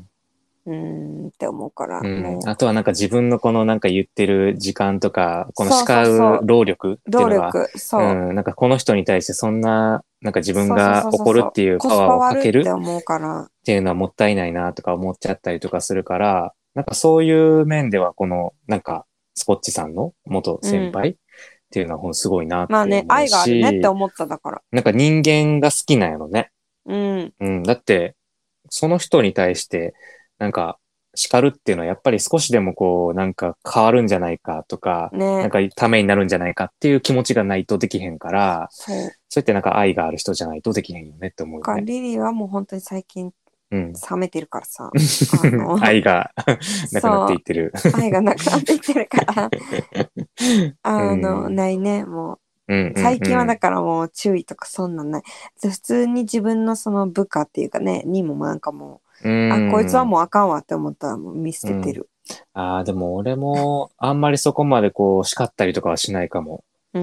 うーんって思うから、 うん。 もう、 あとはなんか自分のこのなんか言ってる時間とか、このそうそ叱ううそ労力っう、 ていうのが、 労力、 うそう、 ん、なんかこの人に対してそんな、なんか自分そうそうがそうそうそう、 怒るっていうコスパパワーをか悪ってける思うから、 っていうのはもったいないなとか思っちゃったりとかするから、なんかそういう面ではこの、なんか、スコッチさんの元うん。 先輩っていうのはほんすごいなっまあね、 て思う愛があるねってし、 思っただから。 なんか人間が好きなんやろね。 うん。 うん。だって、その人に対して、なんか、叱るっていうのはやっぱり少しでもこう、なんか変わるんじゃないかとか、なんね、 かためになるんじゃないかっていう気持ちがないとできへんから、 そう。 そうやってなんか愛がある人じゃないとできへんよねって思うよか、 ね。 リリーはもう本当に最近うん。 冷めてるからさ、あの、 愛がなくなってそう、 いってる。 愛がなくなっていってるから、 うあの、 ん。 ないね、もう。 うんうん最近はだうん。 からもう注意とかそんなんない。普通に自分のその部下っていうかね、にもなんかもう、 うあ、こいつはん。 もうあかんわって思ったらもう見捨うん。 ててる。 ああ、でも俺もあんまりそこまでこう叱ったりとかはしないかも。 うん、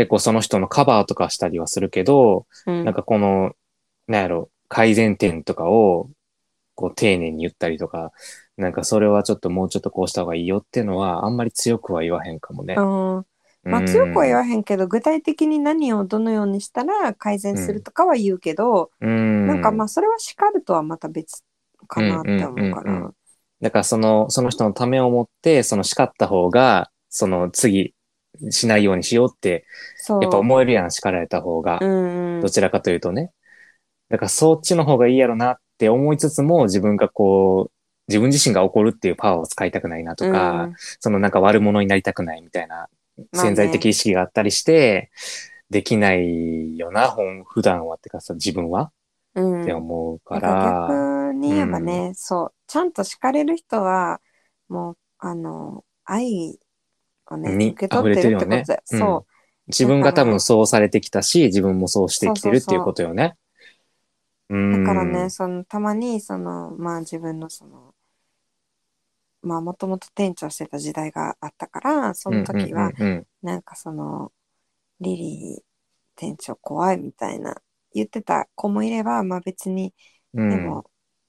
結構その人のカバーとかしたりはするけど、 うん、 なんかこの、なんやろ、改善点とかを、こう丁寧に言ったりとか、なんかそれはちょっともうちょっとこうした方がいいよっていうのは、あんまり強くは言わへんかもね。 うん。 うまあ強くは言ん。 わへんけど、具体的に何をどのようにしたら改善するうん。 とかは言うけど、 うん。 なんかまあそれは叱るとはまた別かうんなってうんう思うから。 んうん。だからその、その人のためを持って、その叱った方が、その次しないようにしようって、やっぱそ思えるやん、叱られた方う。 が。 うん、 どちらかというとね。だからそっちの方がいいやろなって思いつつも、自分がこう、自分自身が怒るっていうパワーを使いたくないなとうか、 ん。 そのなんか悪者になりたくないみたいな潜在的まあね。 意識があったりして、できないよな、本、普段はってかさ、自分はってうん。 思うかだからら、 逆に言えばうん、 ね、そう、ちゃんと叱れる人は、もう、あの、愛をね、 に溢れ受け取ってるてるよね。 ってことで、 うん。 そう。 自分が多分だから、 そうされてきたし、自分もそうしてそうきてるっていうそうそう。 ことよね。うーだからね、 ん。 その、たまに、その、まあ自分のその、まあもともと店長してた時代があったから、そのうんうん時は、 うんうん。 なんかその、リリー店長怖いみたいな言ってた子もいれば、まあ別に、 うん。 でも、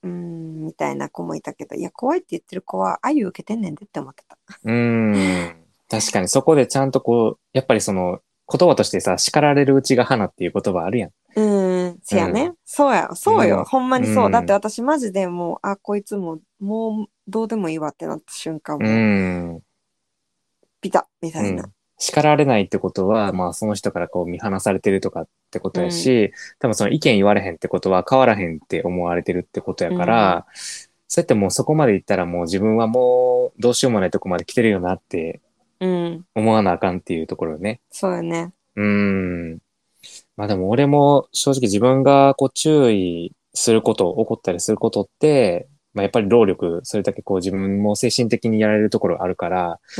うーんみたいな子もいたけど、いや怖いって言ってる子は愛を受けてんねんでって思ってた。 うーん。確かにそこでちゃんとこう、やっぱりその言葉としてさ、叱られるうちが花っていう言葉あるやん。 うーん、せやね、 うん。 そうや、そうよ、 でも、 ほんまうにそう。だってん。 私マジでもう、あ、こいつももうどうでもいいわってなった瞬間、 うもうん。 ピタッみたいな。 うん。叱られないってことは、まあその人からこう見放されてるとかってことやうん、 し、多分その意見言われへんってことは変わらへんって思われてるってことやうかん、 ら、そうやってもうそこまで行ったらもう自分はもうどうしようもないとこまで来てるよなってうん、 思わなあかんっていうところよね。 そうよね。 うーん。まあでも俺も正直自分がこう注意すること、怒ったりすることって、まあやっぱり労力、それだけこう自分も精神的にやられるところあるから、 うん、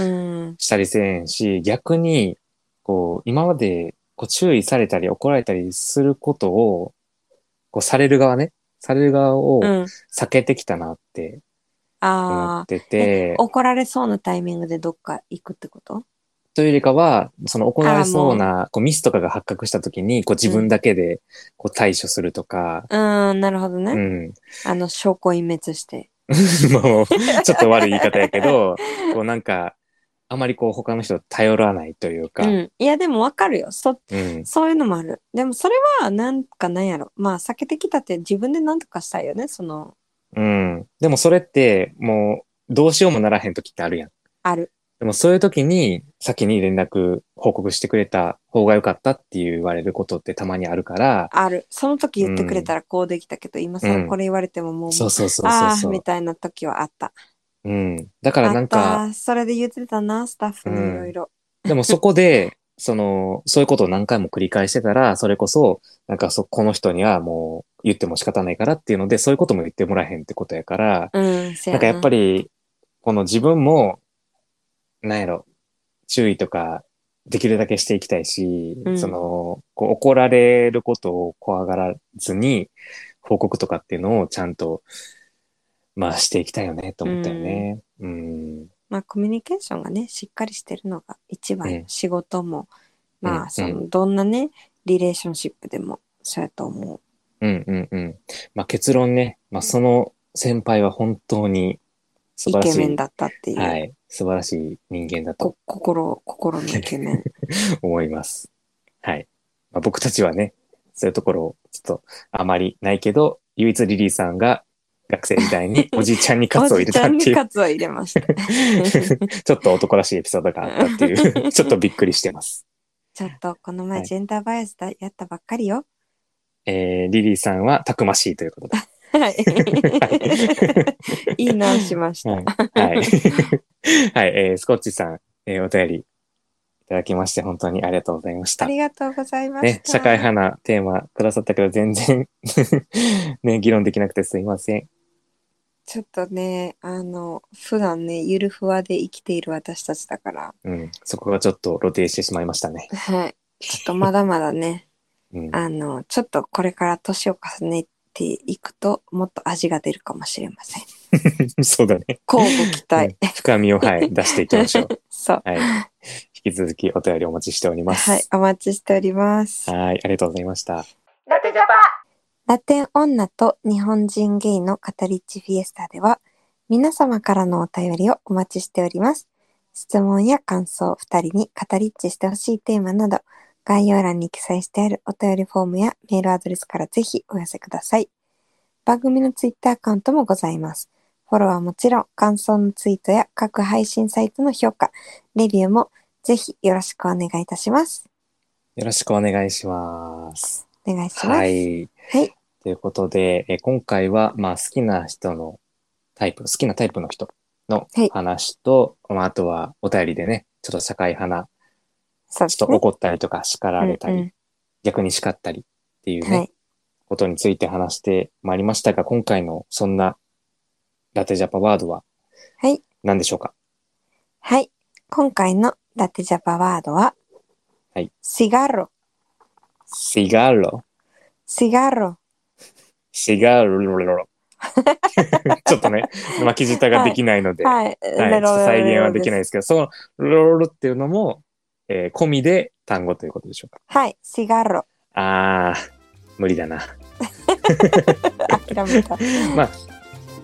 したりせえへんし、逆に、こう、今までこう注意されたり怒られたりすることを、こうされる側ね、される側をうん。 避けてきたなって思っああ、 てえ、 て、 怒られそうなタイミングでどっか行くってこと？ というよりかは、その行わああ、 れそうもなこうミスとかが発覚した時に、こう自う、うん。 分だけでこう対処するとか、 うーん、なるほどね。 うん。 あの、証拠隠滅して。 もう、ちょっと悪い言い方やけど、こうなんか、あまりこう他の人を頼らないというか、 うん。いや、でもわかるよ。そ、 うん、 そういうのもある。でもそれは、なんかなんやろ。まあ、避けてきたって自分でなんとかしたいよね。その、 うん。でもそれってもうどうしようもならへん時ってあるやん。 ある。 でもそういう時に先に連絡報告してくれた方が良かったって言われることってたまにあるから、 ある。その時言ってくれうん、 たらこうできたけど、今更こうん。 れ言われてももう、もう、 そうそうそうそうああ、みそたいな時はあった。 う。うん。だからあっなんか、 た。それで言ってたな、スタッフうん。 にいろいろ。 でもそこで、その、そういうことを何回も繰り返してたら、それこそ、なんかそ、この人にはもう言っても仕方ないからっていうので、そういうことも言ってもらえへんってことやから、 うん、せなんかやっぱやな。 り、この自分も、なんやろ、注意とかできるだけしていきたいし、そうん、 の、こう怒られることを怖がらずに、報告とかっていうのをちゃんと、まあしていきたいよね、とう思ったよん。 ね。うん。 まあ、コミュニケーションがね、しっかりしてるのが一番よ。 うん。 仕事も、まあ、 うん。うん。 その、どんなね、リレーションシップでも、そうやと思う。 うん。うん。うん。まあ結論ね、まあその先輩は本当に素イ晴らしい、 ケメンだったっていう、 はい、素晴らしい人間だとこ、心、心のイケメン。 思います。はい。まあ、僕たちはね、そういうところをちょっとあまりないけど、唯一リリーさんが学生時代におじいちゃんにカツを入れおじちゃんたっていうにカツを入れました。 ちょっと男らしいエピソードがあったっていうちょっとびっくりしてます。 ちょっと、この前、 はい。 ジェンダーバイアスだ、やったばっかりよ。 えー、リリーさんはたくましいということで。 はい。 はい。 いい直しました。 はい。はい。はい。えー、スコッチさん、えーお便りいただきまして本当にありがとうございましあた。 りがとうございましね、社会た。 派なテーマくださったけど全然ね、議論できなくてすいません。 ちょっとね、あの、普段ね、ゆるふわで生きている私たちだから、 うん、そこがちょっと露呈してしまいましたね。 はい。ちょっとまだまだね、 うん、 あの、ちょっとこれから年を重ねていくと、もっと味が出るかもしれません。 そうだね。 乞うご期うん、 待。 深みを、はい、出していきましょう。 そう。 はい。引き続きお便りお待ちしておりまはい、 す。 お待ちしております。 はい、ありがとうございました。 ラテジャパラテン女と日本人ゲイの語りっちフィエスタでは、皆様からのお便りをお待ちしております。質問や感想、二人に語りっちしてほしいテーマなど、概要欄に記載してあるお便りフォームやメールアドレスからぜひお寄せください。番組のツイッターアカウントもございます。フォローはもちろん、感想のツイートや各配信サイトの評価、レビューもぜひよろしくお願いいたします。 よろしくお願いします。 お願いします。 はい。 はい。 ということで、え今回は、まあ、好きな人のタイプ、好きなタイプの人のはい。 話と、まあ、あとはお便りでね、ちょっと社会派な、 そうですね。 ちょっと怒ったりとか叱られたり、 うんうん。 逆に叱ったりっていうね、 はい。 ことについて話してまいりましたが、今回のそんなラテジャパワードははい。 何でしょうか？ はい。今回のラテジャパワードは、 はい。 シガロ。 シガロ、 シガロ。 シガロ。ちょっとね、巻き舌がではい。 きないので、 はい。 はい、ちょっとレロレロ再現はレロです。 できないですけど、そのロロロっていうのも、えー込みで単語ということでしょうか？ はい。シガロ。 あー、無理だな。 諦めた。 まあ、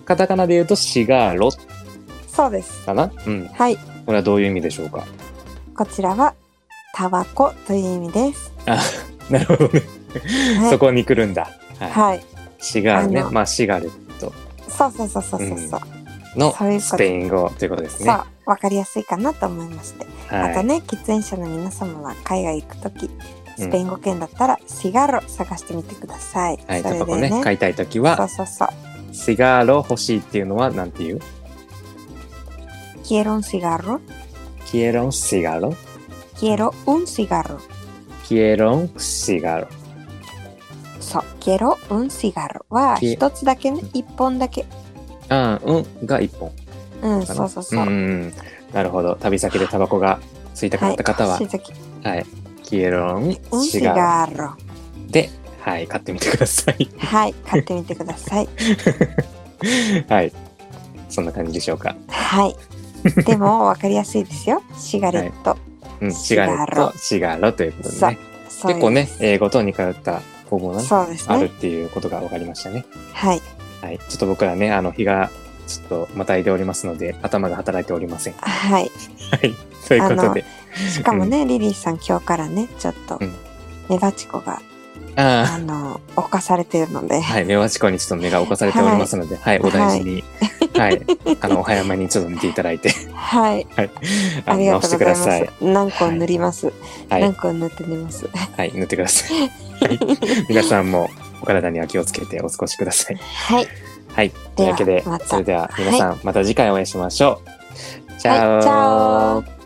カタカナで言うとシガロそうです。 かな。うん。 はい。 これはどういう意味でしょうか。 こちらはタバコという意味です。 あ、なるほどね。はい、そこに来るんだ。はい。はい、シガールね。まあシガレット。 そうそうそうそうそうそう。 うん、のスペイン語ということですね。 そう、わかりやすいかなと思いまして。はい、あとね、喫煙者の皆様は海外行くとき、スペイン語圏だったら、シガロ探してみてください。 はい、タバコね、買いたいときは、 そうそうそう。 シガロ欲しいっていうのはなんていう ？Quiero un cigarro. Quiero un cigarro. Quiero un cigarro. Quiero un cigarro. そう、Quiero un cigarro は一つだけね、一本だけ。 ああ、うんが一本。 うん、そうそうそう。 うん、なるほど。旅先でタバコが吸いたくなった方は、はい、はい、Quiero un cigarro で、はい、買ってみてください。 はい、買ってみてください。 はい、そんな感じでしょうか。 はい。でも分かりやすいですよ。シガレット。はい、 うん、シガレット、シガロということでね。結構ね、英語と似通った方法が、ね、あるっていうことが分かりましたね。 はい。 はい、ちょっと僕らね、あの日がちょっとまたいでおりますので、頭が働いておりません。 はい。 はい、ということで。 しかもね、うん、リリーさん今日からね、ちょっと、メバチコが、あ, あの侵されているので、 はい、メバチコにちょっと目が侵されておりますので、はい、はい、お大事に、はい、はい、あのお早めにちょっと見ていただいて、 はい、はい、ありがとうございます。何個塗ります。はい、何個塗って寝ます。 はい、塗ってください。はい、皆さんもお体には気をつけてお過ごしください。 はい、 はい、というわけで、それでは皆さん、また次回お会いしましょう。チャオ。 はい、チャオ。